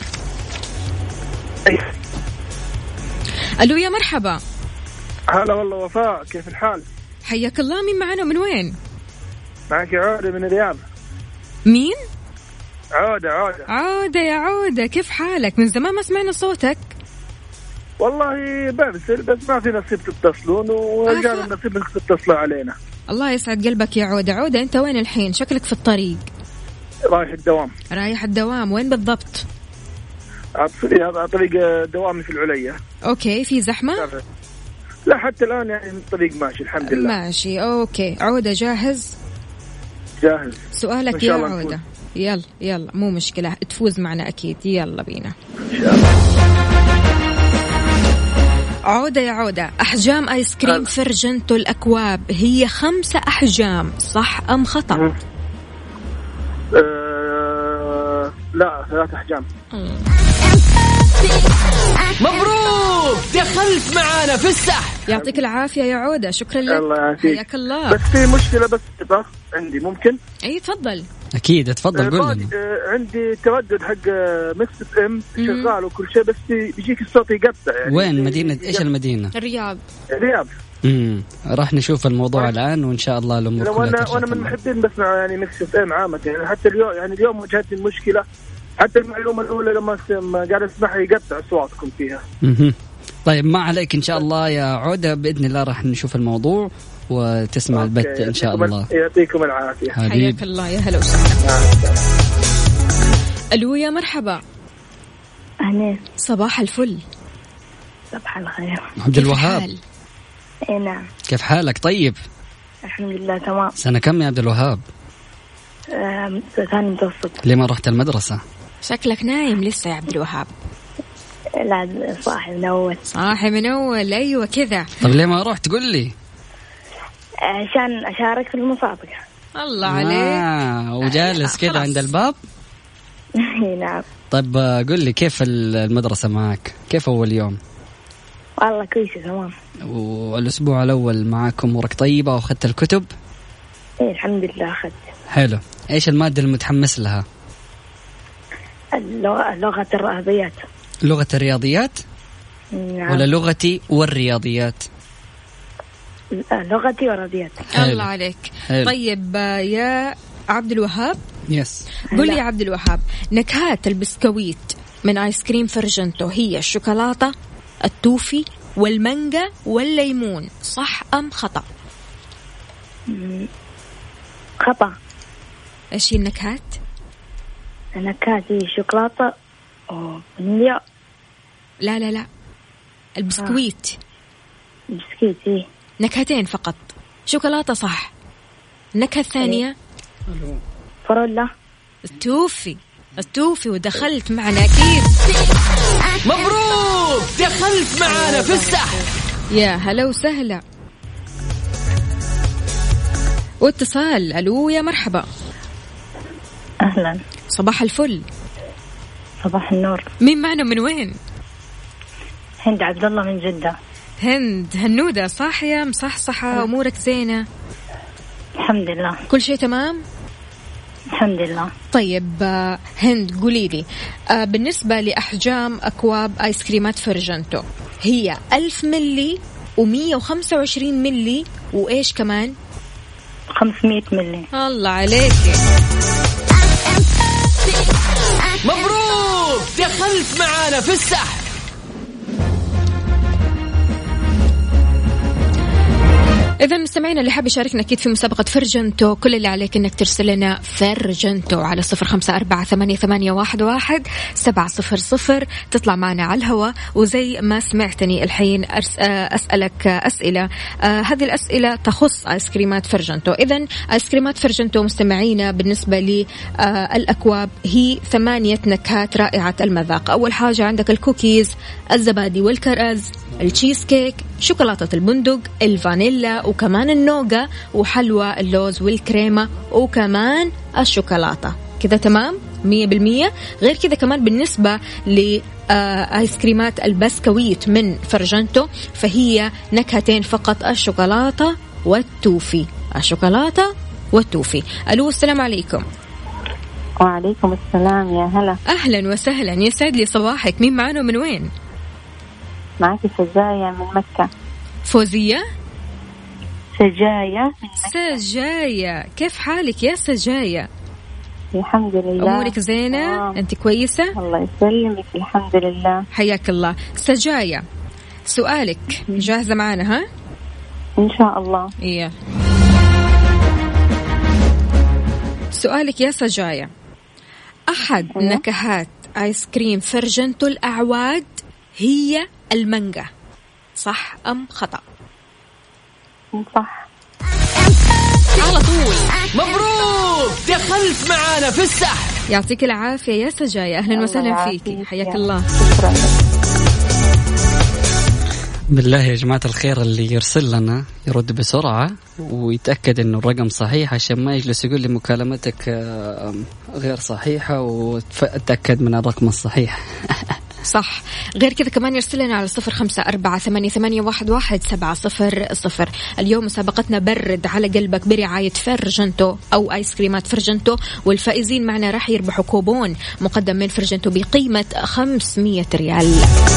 ألو يا مرحبا. هلا والله وفاء، كيف الحال؟ حياك الله. مين معنا ومن وين؟ معك عودة من الرياض. مين؟ عودة يا عودة، كيف حالك؟ من زمان ما سمعنا صوتك. والله برسل بس ما في نصيب تتصلون، ورجال النصيب انك تتصلوا علينا. الله يسعد قلبك يا عودة، انت وين الحين؟ شكلك في الطريق. رايح الدوام. وين بالضبط؟ على طريق دوامي في العليا. اوكي، في زحمة؟ لا حتى الآن يعني الطريق ماشي الحمد لله. ماشي اوكي. عودة جاهز؟ سؤالك يا عودة. يلا مو مشكلة، تفوز معنا أكيد. يلا بينا إن شاء الله. عودة يا عودة، أحجام آيس كريم فرجنتو الأكواب هي 5 أحجام، صح أم خطأ؟ لا 3 أحجام. مبروك، دخلت معانا في السحب. يعطيك العافية يا عودة، شكرا لك. الله يعافيك. حياك الله. بس في مشكلة بس عندي، ممكن؟ أي تفضل. أكيد تفضل قول لنا. عندي تردد حق ميكس اف ام شغال وكل شيء، بس بيجيك الصوت يقطع يعني. وين مدينة؟ إيش المدينة؟ الرياض. راح نشوف الموضوع الآن وإن شاء الله الأمور كلها وأنا من محبين بسمع يعني ميكس اف ام عامة، يعني حتى اليوم واجهتني المشكلة، حتى المعلومة الأولى لما قاعد أسمعها يقطع أصواتكم فيها. طيب ما عليك إن شاء الله يا عودة، بإذن الله راح نشوف الموضوع وتسمع البث إن شاء الله. يعطيكم العافية. حياك الله، يا هلا وسهلا. ألو يا مرحبا. أهلا. صباح الفل. صباح الخير. عبد الوهاب. إيه نعم. كيف حالك؟ طيب الحمد لله تمام. سنة كم يا عبد الوهاب؟ ثاني متوسط. ليه ما رحت المدرسة؟ شكلك نايم لسه يا عبد الوهاب. لا صاحي من أول. أيوة كذا. طب ليه ما رحت؟ قل لي. عشان أشارك في المسابقة. الله عليك. وجالس كذا عند الباب. نعم. طيب قل لي كيف المدرسة معك؟ كيف أول يوم؟ والله كويسة تمام. والأسبوع الأول معك أمورك طيبة وأخذت الكتب؟ إيه الحمد لله أخذت. حلو. إيش المادة المتحمس لها؟ لغة الرياضيات. لغة الرياضيات؟ نعم. ولا لغتي والرياضيات؟ لغتي والرياضيات. الله عليك. حلو. طيب يا عبد الوهاب. يس. قل لي يا عبد الوهاب، نكهات البسكويت من آيس كريم فرجنتو هي الشوكولاتة، التوفي، والمانجا، والليمون، صح أم خطأ؟ خطأ. إيش هي النكهات؟ النكهات هي شوكولاتة وفانيليا. لا البسكويت. البسكويت إيه نكهتين فقط. شوكولاتة صح. النكهة الثانية فراولة. التوفي ودخلت معنا أكيد. مبروك، دخلت معنا في السحب. يا هلا وسهلا. واتصال. ألو يا مرحبا. أهلا. صباح الفل. صباح النور. مين معنا من وين؟ هند عبد الله من جدة. هنودة صح يا مصحصحة؟ أمورك زينة؟ الحمد لله. كل شيء تمام؟ الحمد لله. طيب هند قولي لي، بالنسبة لأحجام أكواب آيس كريمات فرجنتو هي 1000 ملي و125 ملي وإيش كمان؟ 500 ملي. الله عليك. مبروك، دخلت معانا في السحب. إذا مستمعينا اللي حاب يشاركنا أكيد في مسابقة فرجنتو، كل اللي عليك إنك ترسل لنا فرجنتو على 0548811700 تطلع معنا على الهواء. وزي ما سمعتني الحين أسألك أسئلة، هذه الأسئلة تخص آيس كريمات فرجنتو. إذن آيس كريمات فرجنتو مستمعينا بالنسبة للأكواب هي 8 نكهات رائعة المذاق. أول حاجة عندك الكوكيز، الزبادي والكرز، التشيز كيك، شوكولاتة البندق، الفانيلا، وكمان النوغا، وحلوى اللوز والكريمة، وكمان الشوكولاتة. كذا تمام 100%. غير كذا كمان بالنسبة لآيس كريمات البسكويت من فرجنتو فهي نكهتين فقط، الشوكولاتة والتوفي. الشوكولاتة والتوفي. ألو السلام عليكم. وعليكم السلام، يا هلا. أهلا وسهلا، يسعد لي صباحك. مين معنا من وين؟ معك فوزية من مكة. فوزية؟ سجايا. سجايا، كيف حالك يا سجايا؟ الحمد لله. أمورك زينة؟ أنت كويسة؟ الله يسلمك. الحمد لله. حياك الله. سجايا، سؤالك جاهزة معنا؟ ها إن شاء الله. إيه، سؤالك يا سجايا، أحد نكهات آيس كريم فرجنتو الأعواد هي المانجا، صح أم خطأ؟ صح على طول. مبروك، دخلت معانا في السحب. يعطيك العافية يا سجايا، أهلا وسهلا فيك، حياك الله. بالله يا جماعة الخير اللي يرسل لنا يرد بسرعة ويتأكد إنه الرقم صحيح عشان ما يجلس يقول لي مكالمتك غير صحيحة، وتأكد من الرقم الصحيح. صح. غير كذا كمان يرسل لنا على 0548811700. اليوم مسابقتنا برد على قلبك برعاية فرجنتو أو آيس كريمات فرجنتو، والفائزين معنا راح يربحوا كوبون مقدم من فرجنتو بقيمة 500 ريال.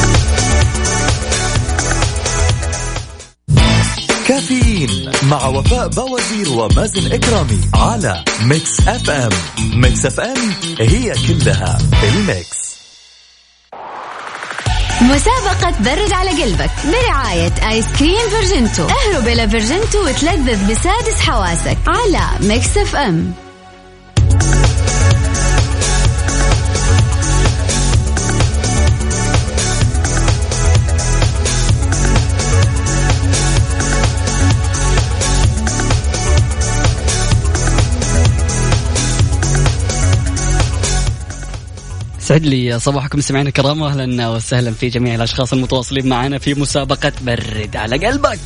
كافيين مع وفاء بوازير ومازن إكرامي على ميكس اف ام. ميكس اف ام هي كلها الميكس. مسابقة برد على قلبك برعاية آيس كريم فرجنتو. اهرب إلى فرجنتو وتلذذ بسادس حواسك على ميكس اف ام. سعد لي صباحكم سمعنا الكرام، أهلا وسهلا في جميع الأشخاص المتواصلين معنا في مسابقة برد على قلبك.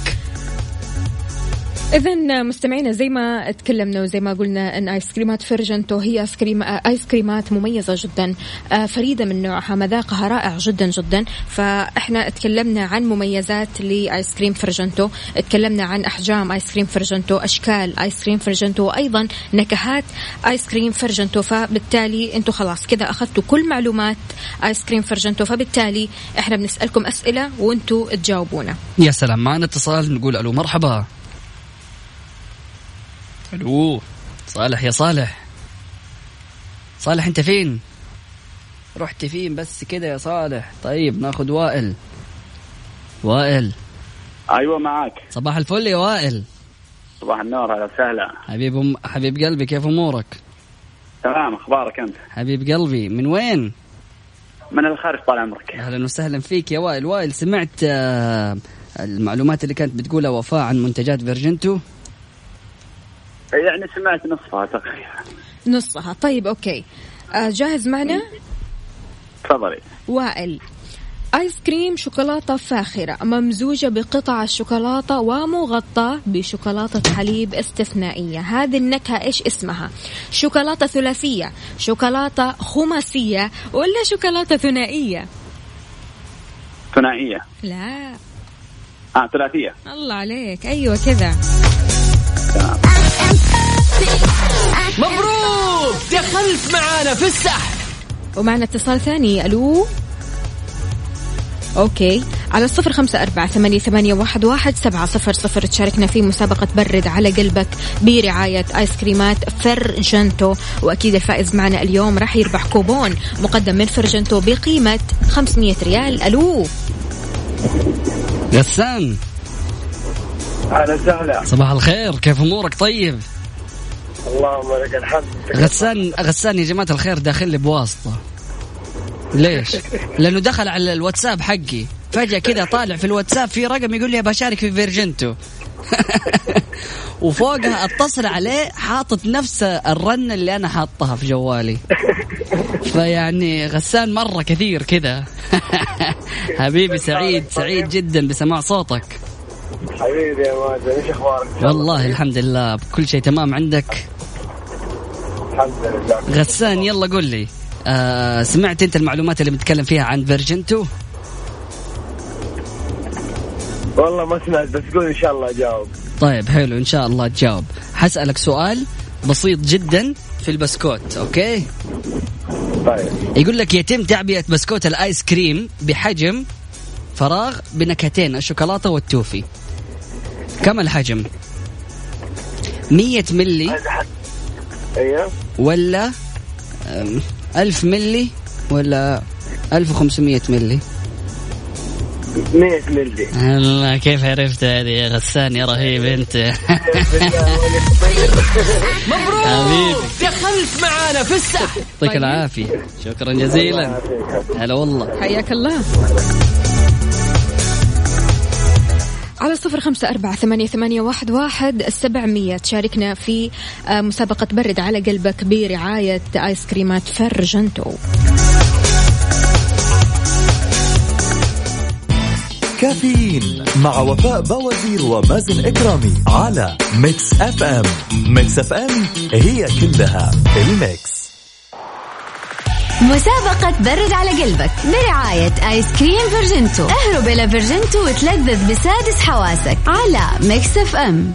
إذن مستمعينا، زي ما تكلمنا وزي ما قلنا أن آيس كريمات فرجنتو هي آيس كريمات مميزة جدا، فريدة من نوعها، مذاقها رائع جدا جدا. فإحنا تكلمنا عن مميزات لآيس كريم فرجنتو، تكلمنا عن أحجام آيس كريم فرجنتو، أشكال آيس كريم فرجنتو، وأيضا نكهات آيس كريم فرجنتو. فبالتالي أنتوا خلاص كذا أخذتوا كل معلومات آيس كريم فرجنتو، فبالتالي إحنا بنسألكم أسئلة وأنتوا تجاوبونا. يا سلام، معنا اتصال، نقول ألو مرحبا. ألو صالح، يا صالح. صالح أنت فين؟ رحت فين بس كده يا صالح؟ طيب ناخد وائل. وائل. أيوة معاك. صباح الفل يا وائل. صباح النور، أهلا وسهلا. حبيب قلبي، كيف أمورك؟ تمام، أخبارك أنت؟ حبيب قلبي، من وين؟ من الخارج طال عمرك. أهلا وسهلا فيك يا وائل. وائل، سمعت المعلومات اللي كانت بتقولها وفاء عن منتجات فيرجنتو؟ يعني سمعت نصها تقريبا. نصها؟ طيب أوكي، جاهز معنا؟ تفضلي. وائل، آيس كريم شوكولاتة فاخرة ممزوجة بقطع الشوكولاتة ومغطى بشوكولاتة حليب استثنائية. هذه النكهة إيش اسمها؟ شوكولاتة ثلاثية، شوكولاتة خماسية، ولا شوكولاتة ثنائية؟ ثنائية. لا، ثلاثية. الله عليك، أيوة كذا. مبروك، دخلت معانا في السحب. ومعنا اتصال ثاني. ألو. أوكي، على 0548811700 تشاركنا في مسابقة برد على قلبك برعاية آيس كريمات فرجنتو، وأكيد الفائز معنا اليوم راح يربح كوبون مقدم من فرجنتو بقيمة 500 ريال. ألو غسان. أهلا وسهلا. صباح الخير، كيف أمورك؟ طيب اللهم لك الحمد. غسان يا جماعة الخير داخل لي بواسطة. ليش؟ لأنه دخل على الواتساب حقي فجأة كده، طالع في الواتساب في رقم يقول لي بشارك في فيرجنتو. وفوقها اتصل عليه حاطط نفس الرنة اللي أنا حاطها في جوالي. فيعني غسان مرة كثير كده. حبيبي، سعيد جدا بسماع صوتك. حبيبي يا مازن، ايش اخبارك؟ والله الحمد لله، بكل شيء تمام. عندك؟ الحمد لله. غسان، يلا قل لي، سمعت انت المعلومات اللي بنتكلم فيها عن فيرجنتو؟ والله ما سمعت، بس قول ان شاء الله اجاوب. طيب حلو، ان شاء الله تجاوب. حسألك سؤال بسيط جدا في البسكوت، اوكي؟ طيب. يقول لك يتم تعبئة بسكوت الايس كريم بحجم فراغ بنكهتين الشوكولاتة والتوفي. كم الحجم؟ 100 ملي ايوه ولا 1000 ملي ولا 1500 ملي؟ 100 ملي. الله كيف عرفت هذه يا غسان يا رهيب انت. مبروك دخلت معانا في السحب. يعطيك العافية شكرا جزيلا. هلا والله حياك الله. على 0548811700 تشاركنا في مسابقة برد على قلبك برعاية آيس كريمات فرجنتو. كافيين مع وفاء بوازير ومازن إكرامي على ميكس اف ام. ميكس اف ام هي كلها الميكس. مسابقة برد على قلبك برعاية آيس كريم فيرجنتو. اهرب إلى فيرجنتو وتلذذ بسادس حواسك على ميكس اف ام.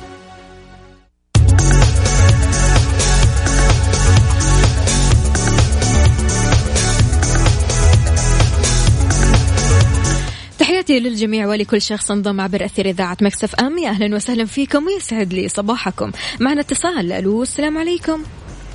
تحياتي للجميع ولكل شخص انضم عبر أثير إذاعة ميكس اف ام. يا أهلا وسهلا فيكم ويسعد لي صباحكم. معنا اتصال. ألو السلام عليكم.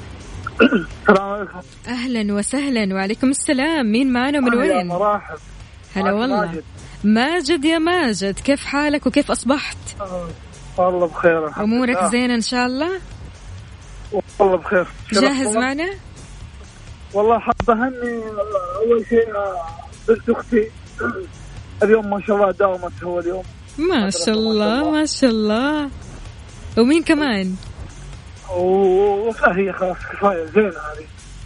أهلا وسهلا. وعليكم السلام. مين معنا ومن وين؟ مرحب. هلا والله ماجد. يا ماجد كيف حالك وكيف أصبحت؟ والله بخير. أمورك زينة إن شاء الله؟ والله بخير. جاهز معنا؟ والله حابة أهني أول شيء بنت أختي اليوم ما شاء الله داومت هو اليوم ما شاء الله ما شاء الله. ومين كمان؟ وفهي خلاص كفاية زينة هذه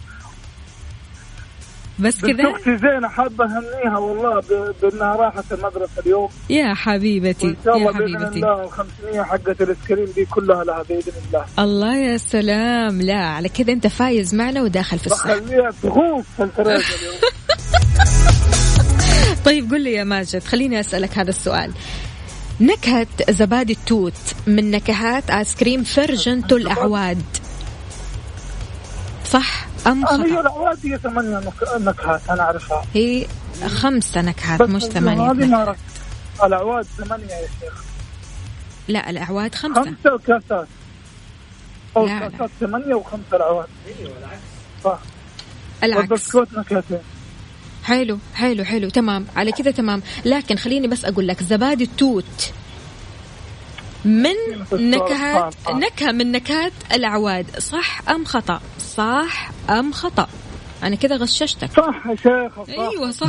بس كذا. أختي زينة حابة أهنيها والله بأنها راحت المدرسة اليوم. يا حبيبتي وإن شاء الله يا حبيبتي بإذن الله 500 حقة الاسكرين دي كلها لها بإذن الله. الله يا سلام. لا على كذا أنت فايز معنا وداخل في السحب. بخليها تغوص في الفراغ اليوم. طيب قل لي يا ماجد خليني أسألك هذا السؤال. نكهة زبادي التوت من نكهات آيس كريم فرجنتو الأعواد صح أم خطأ؟ هي الأعواد هي 8 نكهات أنا أعرفها. هي 5 نكهات مش 8 نكهات. الأعواد 8 يا شيخ. لا الأعواد 5 كاسات أو كاسات 8 و5 الأعواد. صح العكس. والبسكوت نكهتين. حلو حلو حلو تمام على كذا تمام. لكن خليني بس أقول لك زبادي التوت من نكهات نكهة من نكهات الأعواد صح أم خطأ؟ صح أم خطأ؟ أنا كذا غششتك. صح يا شيخ. أيوة صح.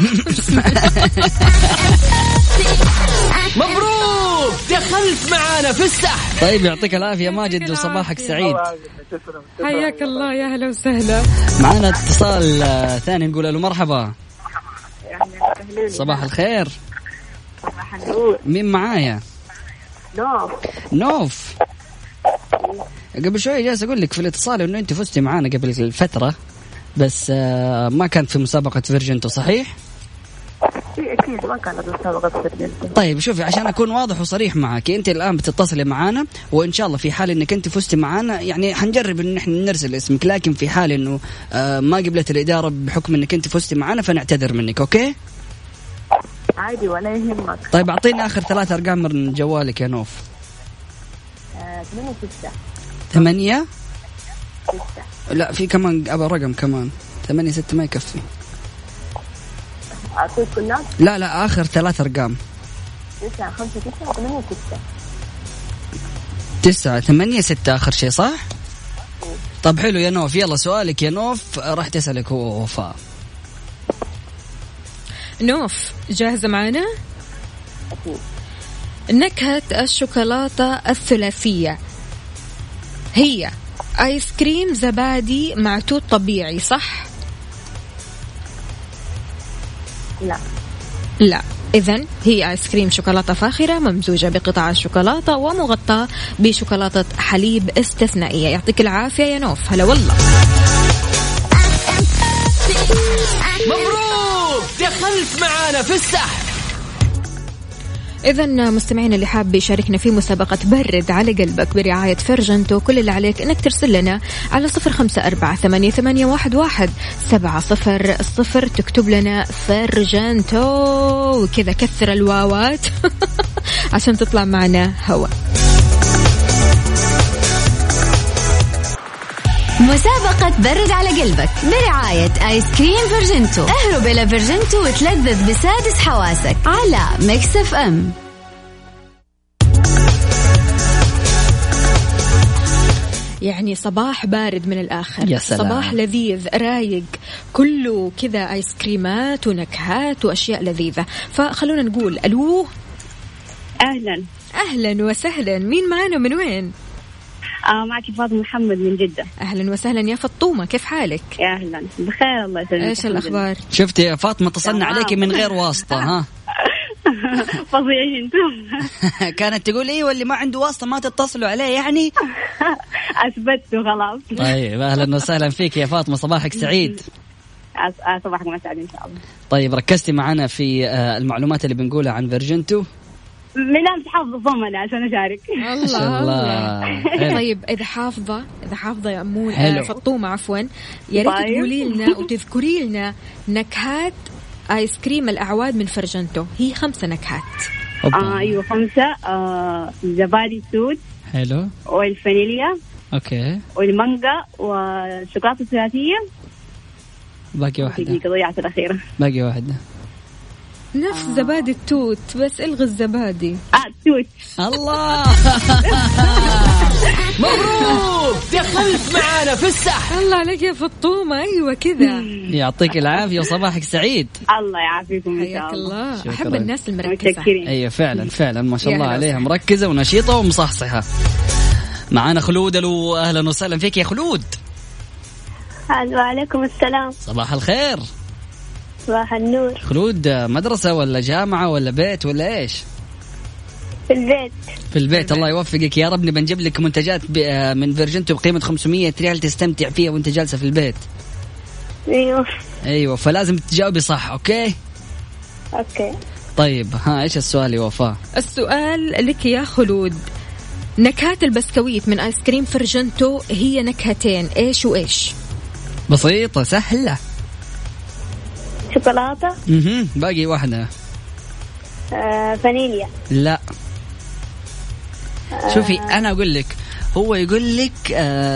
مبروك دخلت معانا في السحب. طيب يعطيك العافية ماجد وصباحك سعيد. حياك الله. يا هلا وسهلا. معنا اتصال ثاني نقول له مرحبا. صباح الخير. صباح النور. مين معايا؟ نوف. قبل شوي جالس أقول لك في الاتصال إنه أنت فزتي معانا قبل الفترة بس ما كانت في مسابقة فيرجنتو صحيح؟ أكيد ما كانت مسابقة فيرجنتو. طيب شوفي عشان أكون واضح وصريح معك أنت الآن بتتصلي معانا وإن شاء الله في حال إنك أنت فزتي معانا يعني حنجرب إن إحنا نرسل اسمك لكن في حال إنه ما قبلت الإدارة بحكم إنك أنت فزتي معانا فنعتذر منك. أوكي؟ عادي ولا يهمك. طيب أعطينا آخر 3 أرقام من جوالك يا نوف. 8 لا في كمان أبغى رقم كمان 8 6 ما يكفي. أعطيك كلها؟ لا آخر 3 أرقام 9 5 9 8 6 9 8 6 آخر شيء صح؟ طب حلو يا نوف. يلا سؤالك يا نوف راح تسألك هو وفاء. نوف جاهزة معنا؟ نكهة الشوكولاتة الثلاثية هي آيس كريم زبادي مع توت طبيعي صح؟ لا إذن هي آيس كريم شوكولاتة فاخرة ممزوجة بقطع الشوكولاتة ومغطاة بشوكولاتة حليب استثنائية. يعطيك العافية يا نوف. هلا والله. مبروك دخلت معانا في السحب. إذن مستمعين اللي حاب يشاركنا في مسابقة برد على قلبك برعاية فرجنتو كل اللي عليك إنك ترسل لنا على 0548811700 تكتب لنا فرجنتو وكذا كثر الواوات عشان تطلع معنا هوا. مسابقة برد على قلبك برعاية آيس كريم فيرجنتو. اهرب إلى فيرجنتو وتلذذ بسادس حواسك على ميكس اف ام. يعني صباح بارد من الآخر. يا سلام. صباح لذيذ رايق كله كذا آيس كريمات ونكهات وأشياء لذيذة. فخلونا نقول ألو. أهلا وسهلا. مين معنا من وين؟ معك فاطمة محمد من جدة. أهلا وسهلا يا فطومة، كيف حالك؟ يا أهلا بخير الله يسلمك. إيش الأخبار؟ شفتي يا فاطمة اتصلنا عليك من غير واسطة ها؟ فظيعين انتم. كانت تقول ايه واللي ما عنده واسطة ما تتصلوا عليه يعني. أثبتوا خلاص. طيب أهلا وسهلا فيك يا فاطمة، صباحك سعيد. صباحكم سعيد إن شاء الله. طيب ركزتي معنا في المعلومات اللي بنقولها عن فيرجنتو؟ من أمس حافظة ضمني عشان أشارك. الله. طيب إذا حافظة يا أمون فطومة عفوا، يا ريت تقولي لنا وتذكري لنا نكهات آيس كريم الأعواد من فيرجنتو. هي 5 نكهات. أيوة 5. زبادي سود. حلو. والفانيليا. أوكي. والمانجا والشوكولاتة الثلاثية. باقي واحدة. ضيعت الأخيرة. باقي واحدة. نفس زبادي التوت بس الغي الزبادي. توت. الله. مبروك دخلت معانا في السحب. الله عليك يا فطومة. أيوة كذا. يعطيك العافية وصباحك سعيد. الله يعافيكم إن شاء الله. أحب الناس المركزة. أيوة فعلا ما شاء الله عليها، مركزة ونشيطة ومصحصحة. معانا خلود. ألو أهلا وسهلا فيك يا خلود. وعليكم السلام. صباح الخير. صباح النور. خلود مدرسة ولا جامعة ولا بيت ولا إيش؟ في البيت. الله يوفقك يا رب. نبي نجيب لك منتجات من فيرجنتو بقيمة 500 ريال تستمتع فيها وانت جالسة في البيت. ايوه فلازم تجاوبي صح. اوكي. طيب ايش السؤال يا وفاء؟ السؤال لك يا خلود. نكهات البسكويت من آيس كريم فيرجنتو هي نكهتين، ايش وايش؟ بسيطة سهلة. شوكولاتة. باقي واحدة. فانيليا. لا. شوفي أنا أقول لك، هو يقول لك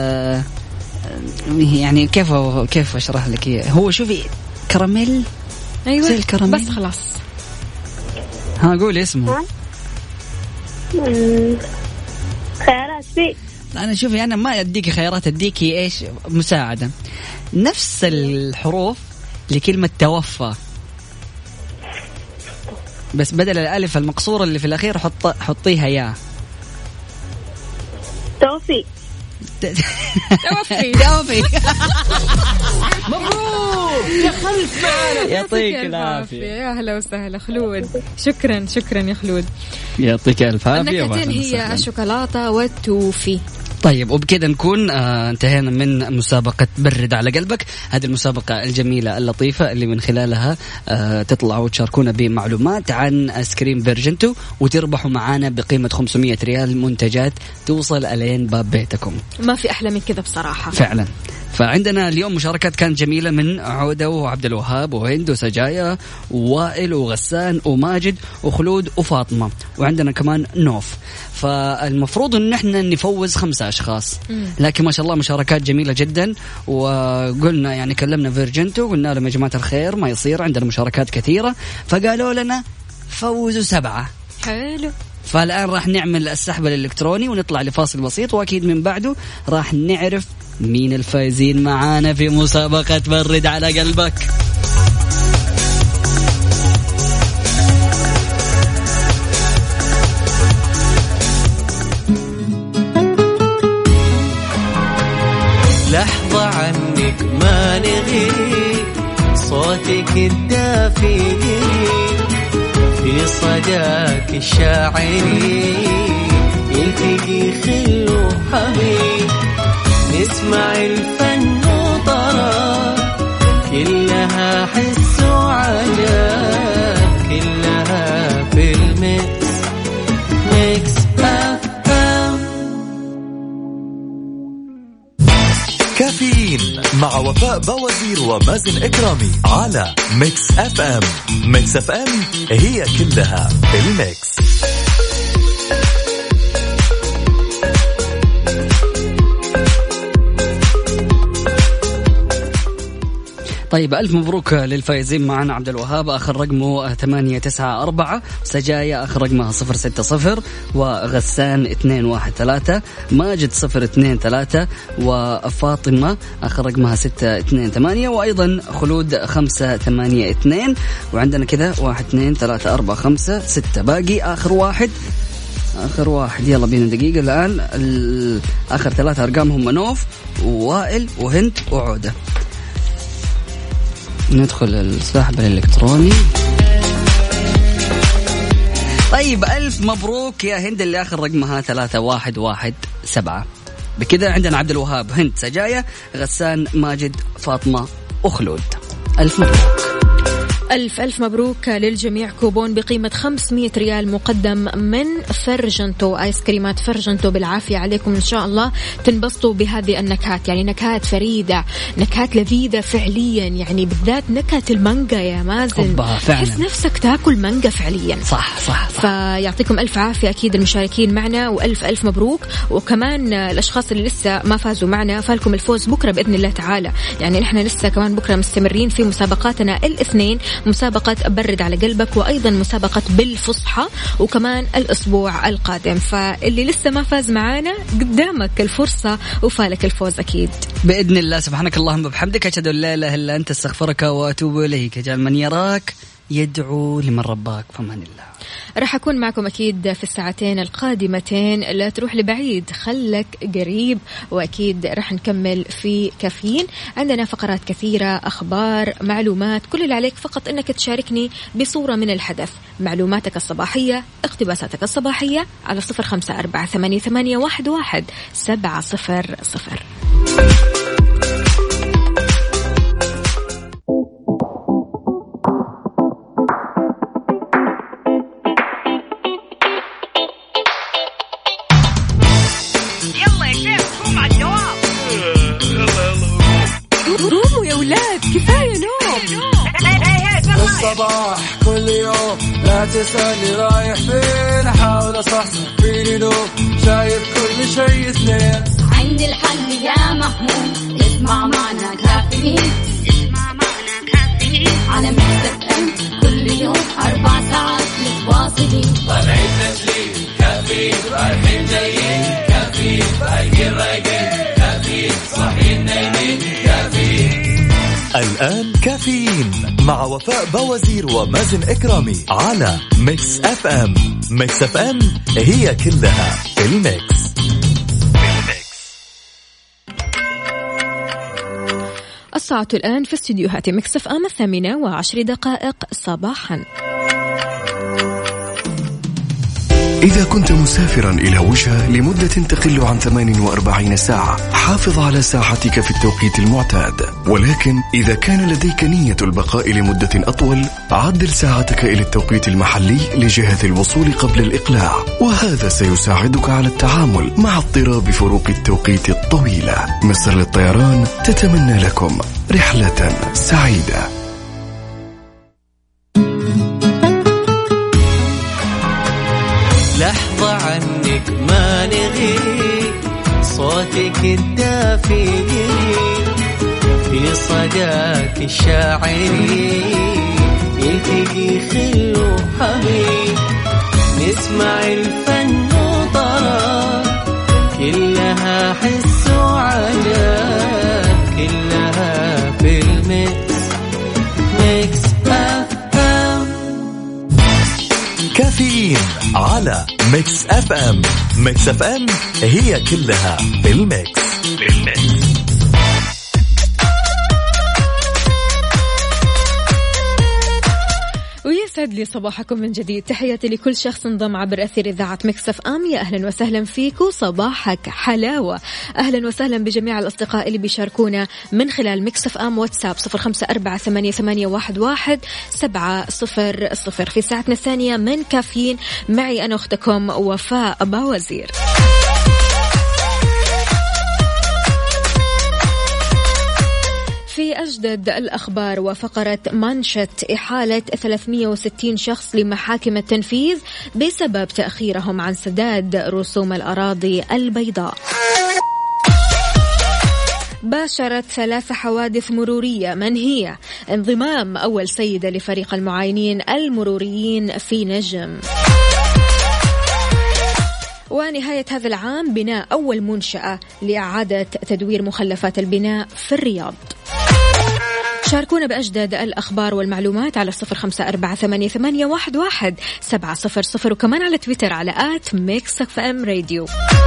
يعني كيف أشرح لك إياه. هو شوفي كراميل. أيوة زي الكراميل بس خلاص. قولي اسمه. خيارات فيه. أنا شوفي أنا ما أديكي خيارات، أديكي إيش مساعدة. نفس الحروف لكلمة توفى، بس بدل الألف المقصورة اللي في الأخير حطيها يا. توفي. مبروك دخلت معنا. يعطيك العافية. يا أهلا وسهلا خلود. شكرا يا خلود. يعطيك الف عافية. النكهتين هي الشوكولاتة والتوفي. طيب وبكذا نكون انتهينا من مسابقة برد على قلبك. هذه المسابقة الجميلة اللطيفة اللي من خلالها تطلعوا وتشاركونا بمعلومات عن آيس كريم فيرجنتو وتربحوا معانا بقيمة 500 ريال منتجات توصل ألين باب بيتكم. ما في أحلى من كذا بصراحة فعلا. فعندنا اليوم مشاركات كانت جميلة من عودة وعبد الوهاب وهند وسجايا ووائل وغسان وماجد وخلود وفاطمة، وعندنا كمان نوف. فالمفروض ان احنا نفوز 5 أشخاص، لكن ما شاء الله مشاركات جميلة جدا. وقلنا يعني كلمنا فيرجنتو وقلنا لهم يا جماعة الخير ما يصير عندنا مشاركات كثيرة، فقالوا لنا فوزوا 7. حلو. فالآن راح نعمل السحب الإلكتروني ونطلع لفاصل بسيط، وأكيد من بعده راح نعرف مين الفائزين معانا في مسابقة برد على قلبك. لحظة عنك ما نغيب، صوتك الدافي في صداك الشاعري يلتقي خل وحبيب، نسمع الفن وطرب كلها حس وعجب، كلها في الميكس أف أم. كافيين مع وفاء بوازير ومازن إكرامي على ميكس أف أم. ميكس أف أم هي كلها في الميكس. طيب ألف مبروك للفائزين معنا. عبد الوهاب آخر رقمه 894، سجايا آخر رقمها 060، وغسان 213، ماجد 023، وفاطمة آخر رقمها 628، وأيضا خلود 582. وعندنا كذا 1 2 3 4 5 6 باقي آخر واحد. يلا بينا دقيقة الآن. آخر 3 أرقام هم نوف ووائل وهند وعودة. ندخل السحب الإلكتروني. طيب ألف مبروك يا هند اللي آخر رقمها 3117. بكذا عندنا عبد الوهاب، هند، سجايا، غسان، ماجد، فاطمة وخلود. ألف مبروك. ألف مبروك للجميع. كوبون بقيمة 500 ريال مقدم من فرجنتو، آيس كريمات فرجنتو. بالعافية عليكم إن شاء الله، تنبسطوا بهذه النكهات، يعني نكهات فريدة، نكهات لذيذة فعليا، يعني بالذات نكهة المانجا يا مازن، تحس نفسك تاكل مانجا فعليا. صح. فيعطيكم ألف عافية أكيد المشاركين معنا، وألف مبروك. وكمان الأشخاص اللي لسه ما فازوا معنا فالكم الفوز بكرة بإذن الله تعالى. يعني نحن لسه كمان بكرة مستمرين في مسابقاتنا الاثنين، مسابقة برد على قلبك، وأيضا مسابقة بالفصحى، وكمان الأسبوع القادم. فاللي لسه ما فاز معانا قدامك الفرصة وفالك الفوز أكيد بإذن الله. سبحانك اللهم وبحمدك، أشهد أن لا إله إلا أنت، استغفرك وأتوب إليك. اجعل من يراك يدعو لمن رباك، فمان الله. راح أكون معكم أكيد في الساعتين القادمتين، لا تروح لبعيد، خلك قريب. وأكيد راح نكمل في كافيين، عندنا فقرات كثيرة، أخبار، معلومات. كل اللي عليك فقط أنك تشاركني بصورة من الحدث، معلوماتك الصباحية، اقتباساتك الصباحية على 0548811700. قوموا يا ولاد، كفاية نوم. الصباح كل يوم لا تسألني رايح فين، أحاول أصحصح فيني نوم، شايف كل شيء اثنين. عندي الحل يا محمود، اسمع معنا كافيين، على ميكس اف ام كل يوم 4 ساعات متواصلين. طالعين تسليم كافيين، رايحين جايين كافيين، رايقين كافيين، صاحيين نايمين كافيين. الآن كافيين مع وفاء بوازير ومازن إكرامي على ميكس اف ام. ميكس اف ام هي كلها في الميكس. الساعة الآن في استديوهات ميكس اف ام 8:10 صباحا. إذا كنت مسافرا إلى وجهة لمدة تقل عن 48 ساعة، حافظ على ساعتك في التوقيت المعتاد. ولكن إذا كان لديك نية البقاء لمدة أطول، عدل ساعتك إلى التوقيت المحلي لجهة الوصول قبل الإقلاع، وهذا سيساعدك على التعامل مع اضطراب فروق التوقيت الطويلة. مصر للطيران تتمنى لكم رحلة سعيدة. لحظة عنك ما نغيب، صوتك الدافي في صداك الشاعري، يلتقي خل وحبيب، نسمع الفن وطرب، كلها حس وعجب، كلها في الميكس. ميكس أف أم. كافيين على ميكس اف ام. ميكس اف ام هي كلها في الميكس. ويسعد لي صباحكم من جديد. تحياتي لكل شخص انضم عبر أثير إذاعة ميكس اف ام. يا أهلا وسهلا فيكم، صباحك حلاوة. أهلا وسهلا بجميع الأصدقاء اللي بيشاركونا من خلال ميكس اف ام واتساب 0548811700 في ساعتنا الثانية من كافيين. معي أنا أختكم وفاء بوازير. في أجدد الأخبار وفقرة مانشت، إحالة 360 شخص لمحاكم التنفيذ بسبب تأخيرهم عن سداد رسوم الأراضي البيضاء. باشرت 3 حوادث مرورية. من هي؟ انضمام أول سيدة لفريق المعاينين المروريين في نجم. ونهاية هذا العام بناء أول منشأة لإعادة تدوير مخلفات البناء في الرياض. شاركونا بأجدد الأخبار والمعلومات على 0548811700 وكمان على تويتر على @mixfmradio.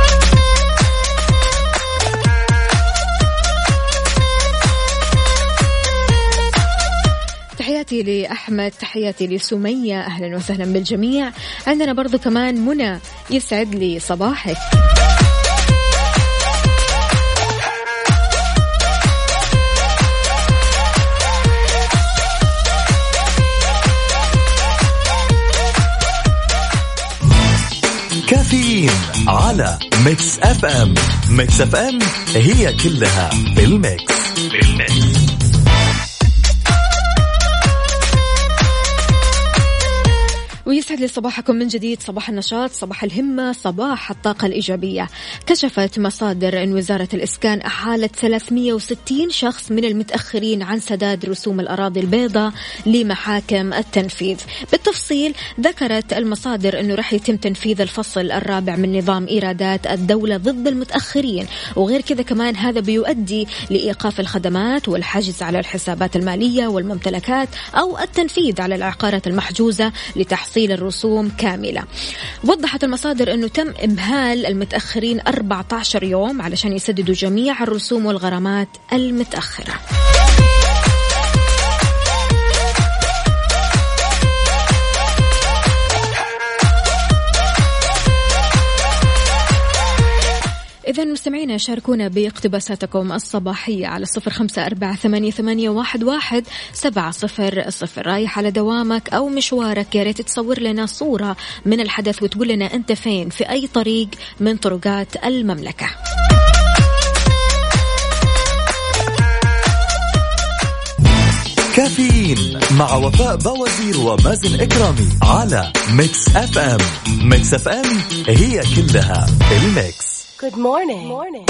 تحياتي لأحمد، تحياتي لسمية، أهلا وسهلا بالجميع. عندنا برضو كمان منى، يسعد لي صباحك. كافيين على ميكس اف ام. ميكس اف ام هي كلها بالميكس. ويسعد لي صباحكم من جديد، صباح النشاط، صباح الهمة، صباح الطاقة الإيجابية. كشفت مصادر أن وزارة الإسكان أحالت 360 شخص من المتأخرين عن سداد رسوم الأراضي البيضاء لمحاكم التنفيذ. بالتفصيل ذكرت المصادر أنه رح يتم تنفيذ الفصل الرابع من نظام إيرادات الدولة ضد المتأخرين، وغير كذا كمان هذا بيؤدي لإيقاف الخدمات والحجز على الحسابات المالية والممتلكات أو التنفيذ على العقارات المحجوزة لتحصيل الرسوم كاملة. وضحت المصادر أنه تم إمهال المتأخرين 14 يوم علشان يسددوا جميع الرسوم والغرامات المتأخرة. إذا مستمعينا شاركونا باقتباساتكم الصباحية على 0548811700. رايح على دوامك أو مشوارك، يا ريت تصور لنا صورة من الحدث وتقول لنا أنت فين في أي طريق من طرقات المملكة. كافيين مع وفاء بوازير ومازن إكرامي على ميكس اف ام. ميكس اف ام هي كلها الميكس. Good morning.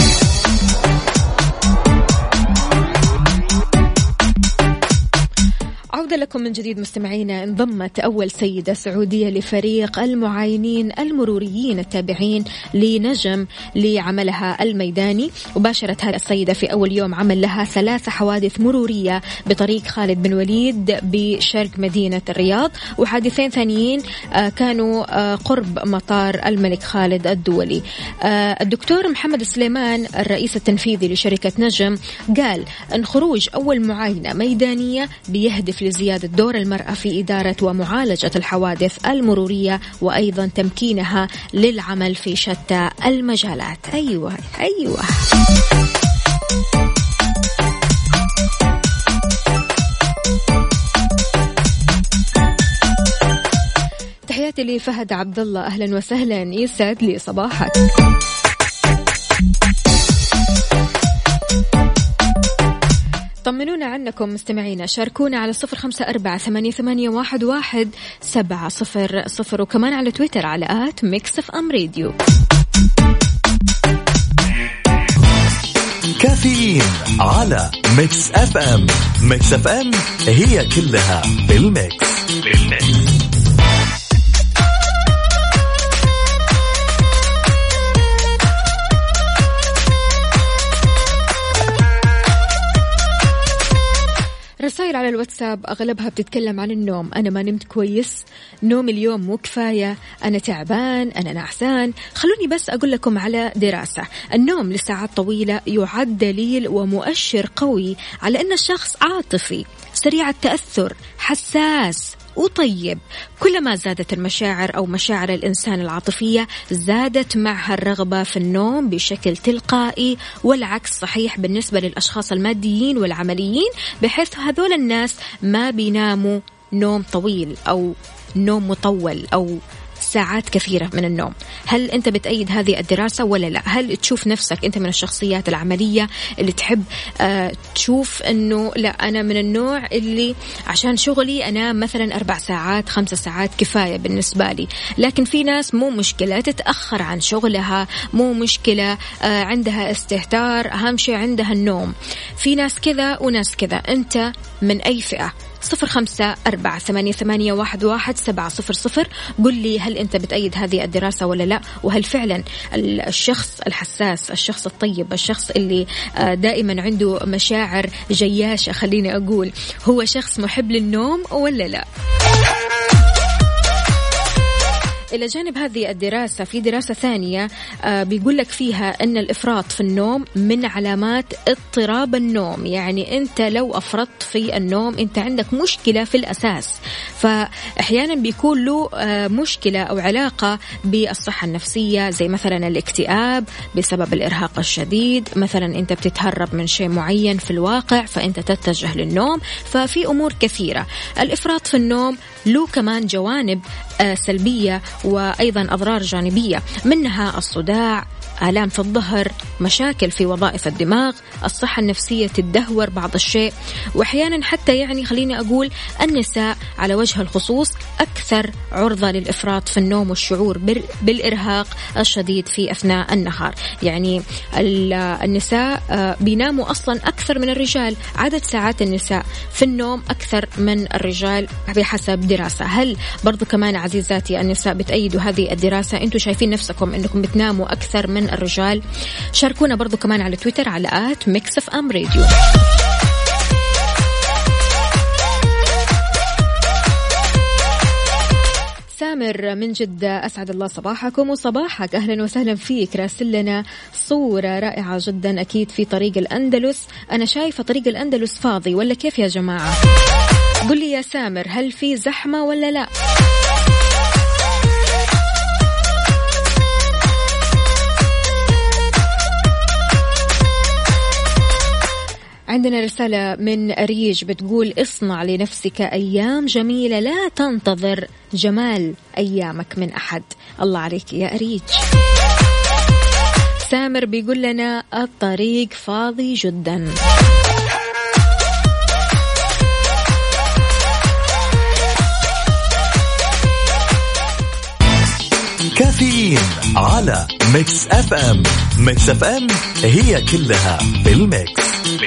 عودة لكم من جديد مستمعينا. انضمت أول سيدة سعودية لفريق المعاينين المروريين التابعين لنجم لعملها الميداني، وباشرت هذه السيدة في أول يوم عمل لها 3 حوادث مرورية بطريق خالد بن وليد بشرق مدينة الرياض، وحادثين ثانيين كانوا قرب مطار الملك خالد الدولي. الدكتور محمد سليمان الرئيس التنفيذي لشركة نجم قال أن خروج أول معاينة ميدانية بيهدف لزيادة دور المرأة في إدارة ومعالجة الحوادث المرورية، وأيضا تمكينها للعمل في شتى المجالات. أيوة تحياتي لي فهد عبد الله، أهلا وسهلا، يسعد لي صباحك. طمنونا عنكم مستمعينا، شاركونا على 0548811700 وكمان على تويتر على @mixfmradio. كافيين على ميكس اف ام. ميكس اف ام هي كلها بالميكس. رسائل على الواتساب أغلبها بتتكلم عن النوم. أنا ما نمت كويس، نوم اليوم مو كفاية، أنا تعبان، أنا نعسان. خلوني بس أقول لكم على دراسة. النوم لساعات طويلة يعد دليل ومؤشر قوي على أن الشخص عاطفي، سريع التأثر، حساس وطيب. كلما زادت المشاعر أو مشاعر الإنسان العاطفية زادت معها الرغبة في النوم بشكل تلقائي، والعكس صحيح بالنسبة للأشخاص الماديين والعمليين، بحيث هذول الناس ما بيناموا نوم طويل أو نوم مطول أو ساعات كثيرة من النوم. هل أنت بتأيد هذه الدراسة ولا لا؟ هل تشوف نفسك أنت من الشخصيات العملية اللي تحب تشوف أنه لا أنا من النوع اللي عشان شغلي أنا مثلا 4 ساعات 5 ساعات كفاية بالنسبة لي، لكن في ناس مو مشكلة تتأخر عن شغلها، مو مشكلة عندها استهتار، أهم شيء عندها النوم. في ناس كذا وناس كذا. أنت من أي فئة؟ 0548811700. قل لي هل أنت بتأيد هذه الدراسة ولا لا؟ وهل فعلا الشخص الحساس، الشخص الطيب، الشخص اللي دائما عنده مشاعر جياشة خليني أقول، هو شخص محب للنوم ولا لا؟ إلى جانب هذه الدراسة في دراسة ثانية بيقول لك فيها أن الإفراط في النوم من علامات اضطراب النوم. يعني أنت لو أفرطت في النوم أنت عندك مشكلة في الأساس، فأحيانا بيكون له مشكلة أو علاقة بالصحة النفسية، زي مثلا الاكتئاب بسبب الإرهاق الشديد، مثلا أنت بتتهرب من شيء معين في الواقع فأنت تتجه للنوم. ففي أمور كثيرة. الإفراط في النوم له كمان جوانب سلبية وأيضا أضرار جانبية، منها الصداع، آلام في الظهر، مشاكل في وظائف الدماغ، الصحة النفسية تدهور بعض الشيء، وأحيانا حتى يعني خليني أقول النساء على وجه الخصوص أكثر عرضة للإفراط في النوم والشعور بالإرهاق الشديد في أثناء النهار. يعني النساء بيناموا أصلا أكثر من الرجال، عدد ساعات النساء في النوم أكثر من الرجال بحسب دراسة. هل برضو كمان عزيزاتي النساء بتأيدوا هذه الدراسة؟ أنتوا شايفين نفسكم أنكم بتناموا أكثر من الرجال؟ شاركونا برضو كمان على تويتر على @mixfmradio. سامر من جدة، أسعد الله صباحكم وصباحك، أهلا وسهلا فيك. راسل لنا صورة رائعة جدا، أكيد في طريق الأندلس. أنا شايفة طريق الأندلس فاضي ولا كيف يا جماعة؟ قل لي يا سامر، هل في زحمة ولا لا؟ عندنا رسالة من أريج بتقول اصنع لنفسك أيام جميلة، لا تنتظر جمال أيامك من أحد. الله عليك يا أريج. سامر بيقول لنا الطريق فاضي جدا. كافيين على ميكس اف ام. ميكس اف ام هي كلها بالميكس.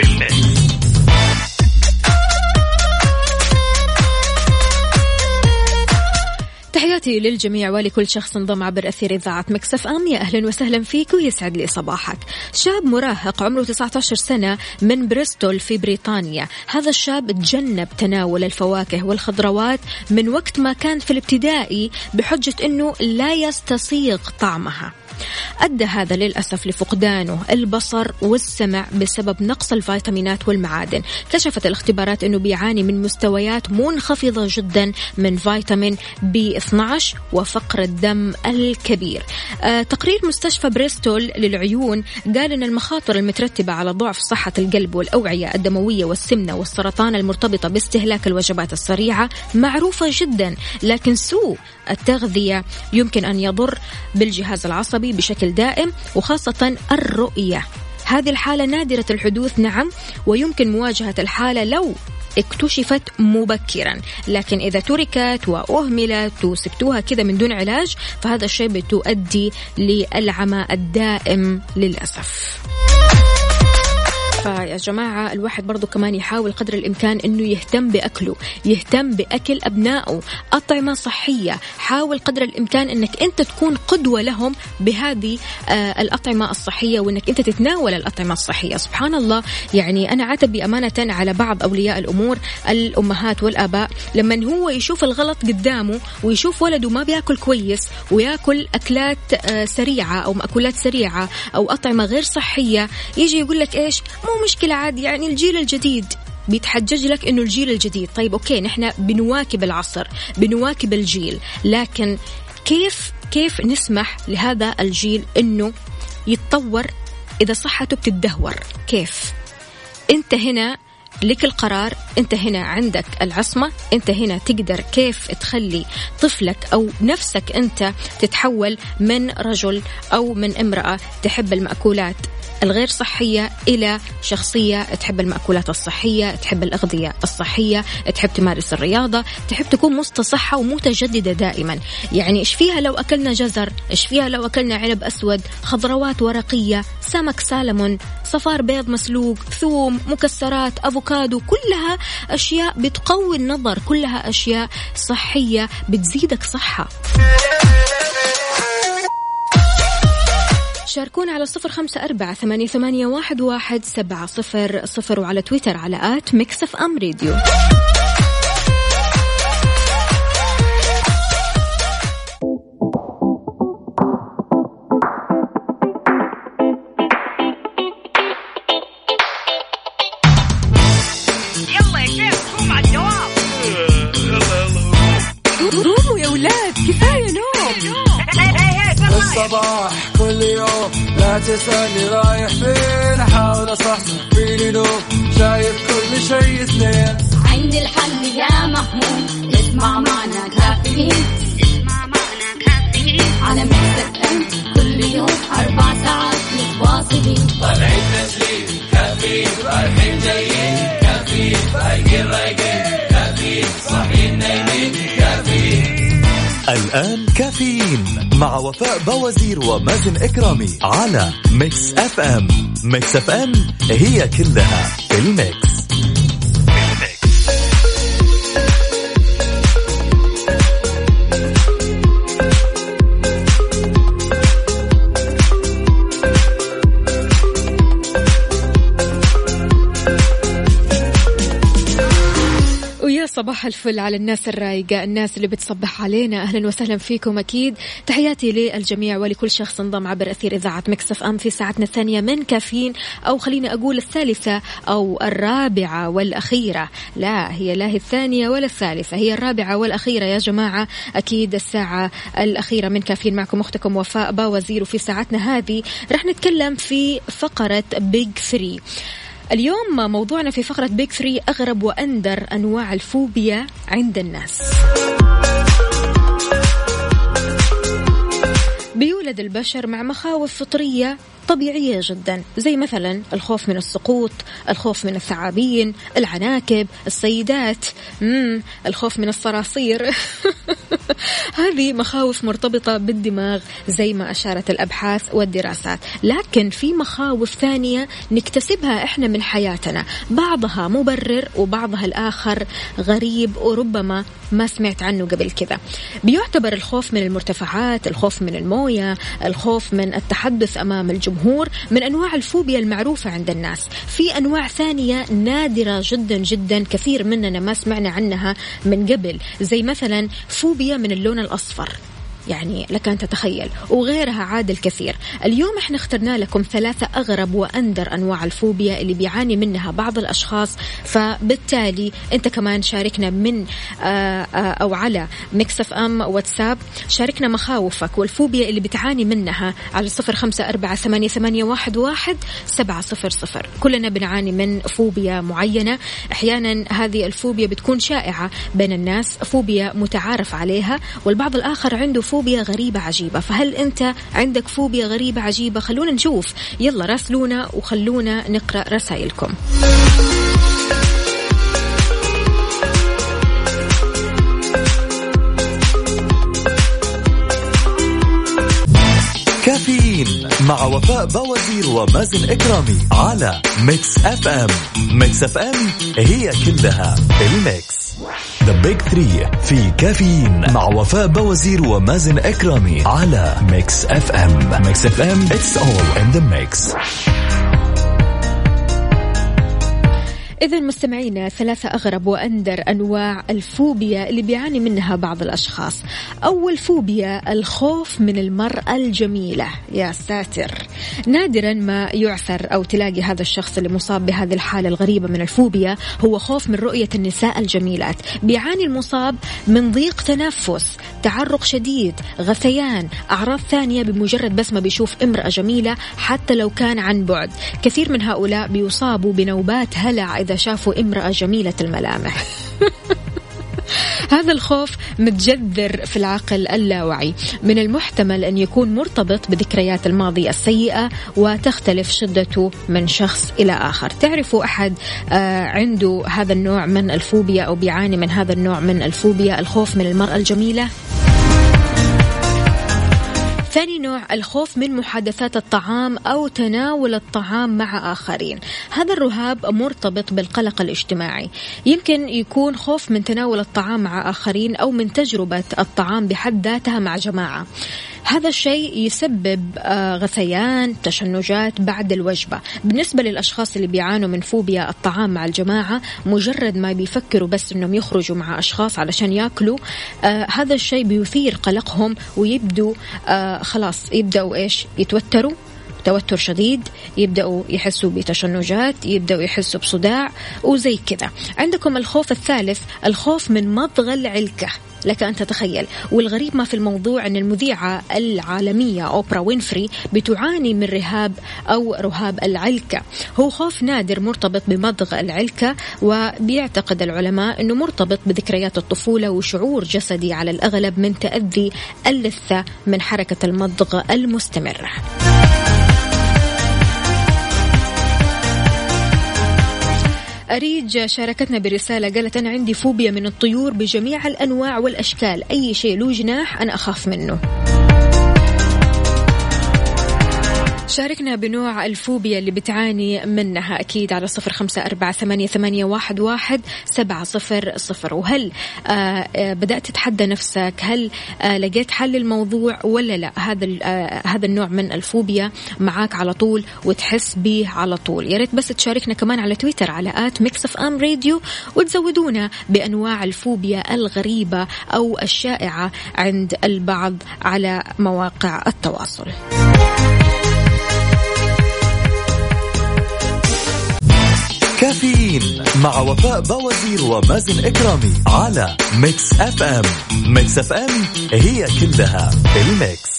تحياتي للجميع ولكل شخص انضم عبر أثير إذاعة ميكس اف ام. يا أهلا وسهلا فيك ويسعد لي صباحك. شاب مراهق عمره 19 سنة من بريستول في بريطانيا. هذا الشاب تجنب تناول الفواكه والخضروات من وقت ما كان في الابتدائي بحجة أنه لا يستسيغ طعمها. أدى هذا للأسف لفقدانه البصر والسمع بسبب نقص الفيتامينات والمعادن. كشفت الاختبارات أنه بيعاني من مستويات منخفضة جدا من فيتامين B12 وفقر الدم الكبير. تقرير مستشفى بريستول للعيون قال أن المخاطر المترتبة على ضعف صحة القلب والأوعية الدموية والسمنة والسرطان المرتبطة باستهلاك الوجبات السريعة معروفة جدا، لكن سوء التغذية يمكن أن يضر بالجهاز العصبي بشكل دائم وخاصة الرؤية. هذه الحالة نادرة الحدوث نعم، ويمكن مواجهة الحالة لو اكتشفت مبكرا، لكن إذا تركت وأهملت وسبتوها كذا من دون علاج فهذا الشيء بتؤدي للعمى الدائم للأسف. فيا جماعة الواحد برضو كمان يحاول قدر الإمكان أنه يهتم بأكله، يهتم بأكل أبنائه، أطعمة صحية. حاول قدر الإمكان أنك أنت تكون قدوة لهم بهذه الأطعمة الصحية، وأنك أنت تتناول الأطعمة الصحية. سبحان الله، يعني أنا عاتب أمانة على بعض أولياء الأمور الأمهات والآباء لما هو يشوف الغلط قدامه ويشوف ولده ما بيأكل كويس ويأكل أكلات سريعة أو مأكولات سريعة أو أطعمة غير صحية، يجي يقول لك إيش مو مشكلة عادي، يعني الجيل الجديد. بيتحجج لك إنه الجيل الجديد. طيب أوكي، نحن بنواكب العصر، بنواكب الجيل، لكن كيف نسمح لهذا الجيل إنه يتطور إذا صحته بتدهور؟ كيف؟ أنت هنا لك القرار، أنت هنا عندك العصمة، أنت هنا تقدر كيف تخلي طفلك أو نفسك أنت تتحول من رجل أو من امرأة تحب المأكولات الغير صحية إلى شخصية تحب المأكولات الصحية، تحب الأغذية الصحية، تحب تمارس الرياضة، تحب تكون مستصحة ومتجددة دائما. يعني إيش فيها لو أكلنا جزر، إيش فيها لو أكلنا عنب أسود، خضروات ورقية، سمك سالمون، صفار بيض مسلوق، ثوم، مكسرات، أفوكادو، كلها أشياء بتقوي النظر، كلها أشياء صحية بتزيدك صحة. شاركونا على 0548811700 وعلى تويتر على @mixfmradio. يلا يا شيخ قوم على الدوام. قوموا يا ولاد، كفاية نوم. الصباح كل يوم لا تسألني رايح فين، أحاول أصحصح فيني نوم، شايف كل شيء سنين. عندي الحل يا محمود، اسمع معنا كافيين، اسمع معنا كافيين على ميكس اف ام، كل يوم 4 ساعات متواصلين. طالعين تسليم كافيين، رايحين جايين كافيين، فايقين رايقين كافيين، صاحيين نايمين كافيين. الآن كافيين مع وفاء بوازير ومازن إكرامي على ميكس اف ام. ميكس اف ام هي كلها في الميكس. صباح الفل على الناس الرايقة، الناس اللي بتصبح علينا، أهلا وسهلا فيكم. أكيد تحياتي للجميع ولكل شخص انضم عبر أثير إذاعة ميكس اف ام في ساعتنا الثانية من كافيين، أو خليني أقول الثالثة أو الرابعة والأخيرة. لا هي لا هي الثانية ولا الثالثة، هي الرابعة والأخيرة يا جماعة. أكيد الساعة الأخيرة من كافيين، معكم أختكم وفاء باوزير، وفي ساعتنا هذه رح نتكلم في فقرة بيج 3. اليوم موضوعنا في فقرة بيج 3 أغرب وأندر أنواع الفوبيا عند الناس. بيولد البشر مع مخاوف فطرية طبيعية جدا، زي مثلا الخوف من السقوط، الخوف من الثعابين، العناكب، السيدات، الخوف من الصراصير. هذه مخاوف مرتبطة بالدماغ زي ما أشارت الأبحاث والدراسات. لكن في مخاوف ثانية نكتسبها إحنا من حياتنا، بعضها مبرر وبعضها الآخر غريب وربما ما سمعت عنه قبل كذا. بيعتبر الخوف من المرتفعات، الخوف من الموية، الخوف من التحدث أمام الجمهور من أنواع الفوبيا المعروفة عند الناس. في أنواع ثانية نادرة جدا جدا، كثير مننا ما سمعنا عنها من قبل، زي مثلا فوبيا من اللون الأصفر، يعني لك أن تتخيل، وغيرها عاد الكثير. اليوم احنا اخترنا لكم 3 أغرب وأندر أنواع الفوبيا اللي بيعاني منها بعض الأشخاص، فبالتالي انت كمان شاركنا من أو على ميكس اف ام واتساب، شاركنا مخاوفك والفوبيا اللي بتعاني منها على 0548811700. كلنا بنعاني من فوبيا معينة، أحيانا هذه الفوبيا بتكون شائعة بين الناس، فوبيا متعارف عليها، والبعض الآخر عنده فوبيا غريبة عجيبة. فهل أنت عندك فوبيا غريبة عجيبة؟ خلونا نشوف، يلا راسلونا وخلونا نقرأ رسائلكم. كافيين مع وفاء بوازير ومازن إكرامي على ميكس اف ام. ميكس اف ام هي كلها الميكس. The Big 3 في كافيين مع وفاء بوازير ومازن إكرامي على ميكس اف ام. ميكس اف ام it's all in the mix. إذن مستمعينا، 3 أغرب وأندر أنواع الفوبيا اللي بيعاني منها بعض الأشخاص. أول فوبيا الخوف من المرأة الجميلة. يا ساتر، نادرا ما يعثر أو تلاقي هذا الشخص اللي مصاب بهذه الحالة الغريبة من الفوبيا هو خوف من رؤية النساء الجميلات. بيعاني المصاب من ضيق تنفس، تعرق شديد، غثيان، أعراض ثانية بمجرد بس ما بيشوف امرأة جميلة حتى لو كان عن بعد. كثير من هؤلاء بيصابوا بنوبات هلع إذا شافوا امرأة جميلة الملامح. هذا الخوف متجذر في العقل اللاواعي، من المحتمل أن يكون مرتبط بذكريات الماضي السيئة وتختلف شدته من شخص إلى آخر. تعرفوا أحد عنده هذا النوع من الفوبيا أو بيعاني من هذا النوع من الفوبيا، الخوف من المرأة الجميلة؟ ثاني نوع الخوف من محادثات الطعام أو تناول الطعام مع آخرين. هذا الرهاب مرتبط بالقلق الاجتماعي، يمكن يكون خوف من تناول الطعام مع آخرين أو من تجربة الطعام بحد ذاتها مع جماعة. هذا الشيء يسبب غثيان، تشنجات بعد الوجبة. بالنسبة للأشخاص اللي بيعانوا من فوبيا الطعام مع الجماعة، مجرد ما بيفكروا بس أنهم يخرجوا مع أشخاص علشان يأكلوا، هذا الشيء بيثير قلقهم ويبدوا خلاص يبدأوا إيش؟ يتوتروا توتر شديد، يبدأوا يحسوا بتشنجات، يبدأوا يحسوا بصداع وزي كذا. عندكم الخوف الثالث، الخوف من مضغ العلكة. لك أن تتخيل، والغريب ما في الموضوع أن المذيعة العالمية أوبرا وينفري بتعاني من رهاب العلكة. هو خوف نادر مرتبط بمضغ العلكة، وبيعتقد العلماء أنه مرتبط بذكريات الطفولة وشعور جسدي على الأغلب من تأذي اللثة من حركة المضغ المستمرة. أريج شاركتنا برسالة قالت أنا عندي فوبيا من الطيور بجميع الأنواع والأشكال، أي شيء له جناح أنا أخاف منه. شاركنا بنوع الفوبيا اللي بتعاني منها أكيد على 0548811700. وهل بدأت تتحدى نفسك؟ هل لقيت حل للموضوع ولا لا؟ هذا النوع من الفوبيا معاك على طول وتحس به على طول؟ يا ريت بس تشاركنا كمان على تويتر على @mixfmradio وتزودونا بأنواع الفوبيا الغريبة أو الشائعة عند البعض على مواقع التواصل. كافيين مع وفاء بوازير ومازن إكرامي على ميكس اف ام. ميكس اف ام هي كلها الميكس.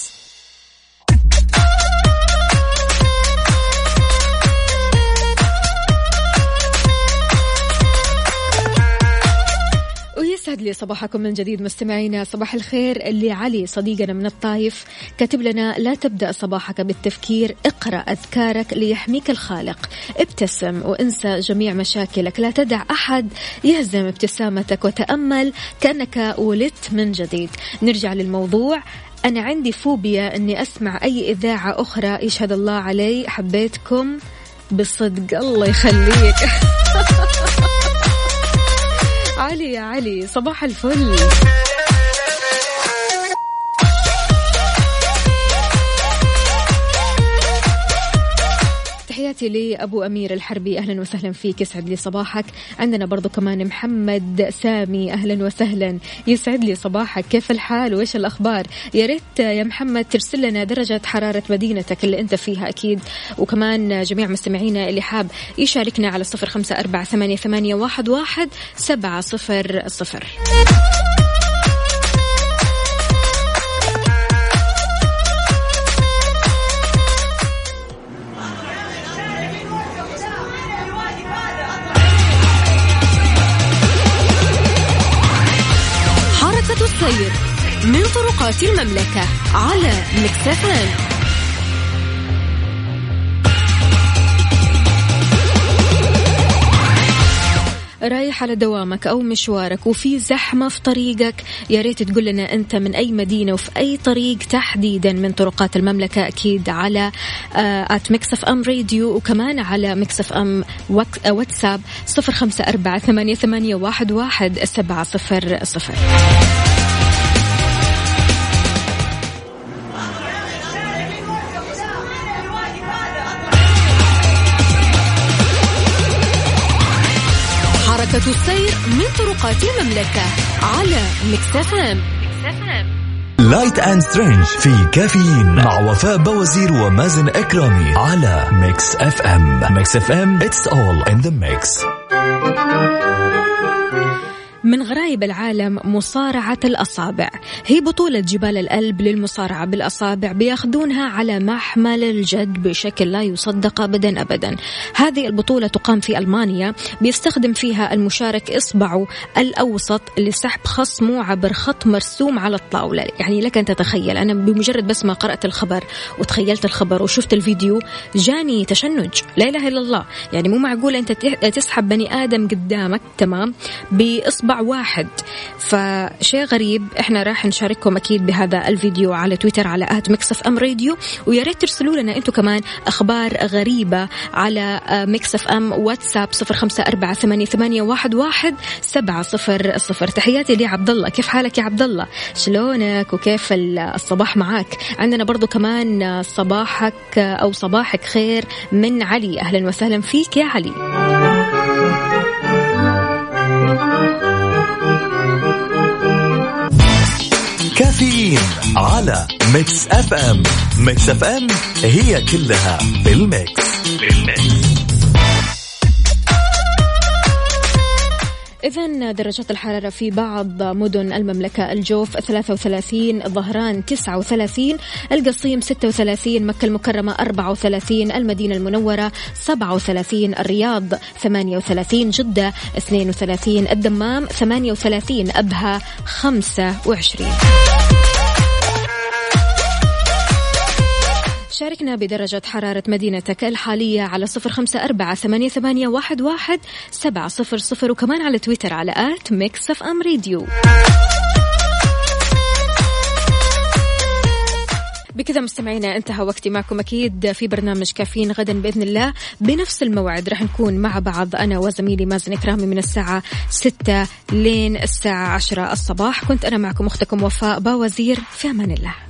يسعد لي صباحكم من جديد مستمعينا. صباح الخير اللي علي صديقنا من الطايف كاتب لنا لا تبدأ صباحك بالتفكير، اقرأ أذكارك ليحميك الخالق، ابتسم وانسى جميع مشاكلك، لا تدع أحد يهزم ابتسامتك وتأمل كأنك ولدت من جديد. نرجع للموضوع. أنا عندي فوبيا أني أسمع أي إذاعة أخرى، يشهد الله علي، حبيتكم بالصدق. الله يخليك. علي يا علي صباح الفل. تحياتي لي أبو أمير الحربي، أهلا وسهلا فيك، يسعد لي صباحك. عندنا برضو كمان محمد سامي، أهلا وسهلا، يسعد لي صباحك، كيف الحال وإيش الأخبار؟ يا ريت يا محمد ترسل لنا درجة حرارة مدينتك اللي أنت فيها أكيد، وكمان جميع مستمعينا اللي حاب يشاركنا على 0548811700. السير من طرقات المملكة على ميكس اف ام. رايح على دوامك أو مشوارك وفي زحمة في طريقك، يا ريت تقول لنا أنت من أي مدينة وفي أي طريق تحديدا من طرقات المملكة، أكيد على @mixfmradio وكمان على mixfm واتساب 0548811700. حركة السير من طرقات المملكة على ميكس اف ام. لايت اند سترينج في كافيين مع وفاء بوازير ومازن إكرامي على ميكس اف ام. ميكس اف ام it's all in the mix. من غرايب العالم مصارعة الأصابع. هي بطولة جبال الألب للمصارعة بالأصابع، بياخدونها على محمل الجد بشكل لا يصدق أبدا. هذه البطولة تقام في ألمانيا، بيستخدم فيها المشارك إصبعه الأوسط لسحب خصمه عبر خط مرسوم على الطاولة. يعني لك أن تتخيل، أنا بمجرد بس ما قرأت الخبر وتخيلت الخبر وشفت الفيديو جاني تشنج، لا إله إلا الله. يعني مو معقول أنت تسحب بني آدم قدامك تمام بإصبع واحد، فشيء غريب. إحنا راح نشارككم أكيد بهذا الفيديو على تويتر على @mixfmradio، ويا ريت ترسلوا لنا أنتم كمان أخبار غريبة على mixfm واتساب 0548811700. تحياتي لي عبد الله، كيف حالك يا عبد الله؟ شلونك وكيف الصباح معك؟ عندنا برضو كمان صباحك أو صباحك خير من علي، أهلا وسهلا فيك يا علي. كافيين على ميكس اف ام. ميكس اف ام هي كلها بالميكس. إذن درجات الحرارة في بعض مدن المملكة: الجوف 33، ظهران 39، القصيم 36، مكة المكرمة 34، المدينة المنورة 37، الرياض 38، جدة 32، الدمام 38، أبها 25. شاركنا بدرجة حرارة مدينتك الحالية على 0548811700، وكمان على تويتر على @mixfmradio. بكذا مستمعينا انتهى وقتي معكم أكيد في برنامج كافيين. غدا بإذن الله بنفس الموعد رح نكون مع بعض أنا وزميلي مازن إكرامي من الساعة 6 لين الساعة 10 الصباح. كنت أنا معكم أختكم وفاء باوزير، في أمان الله.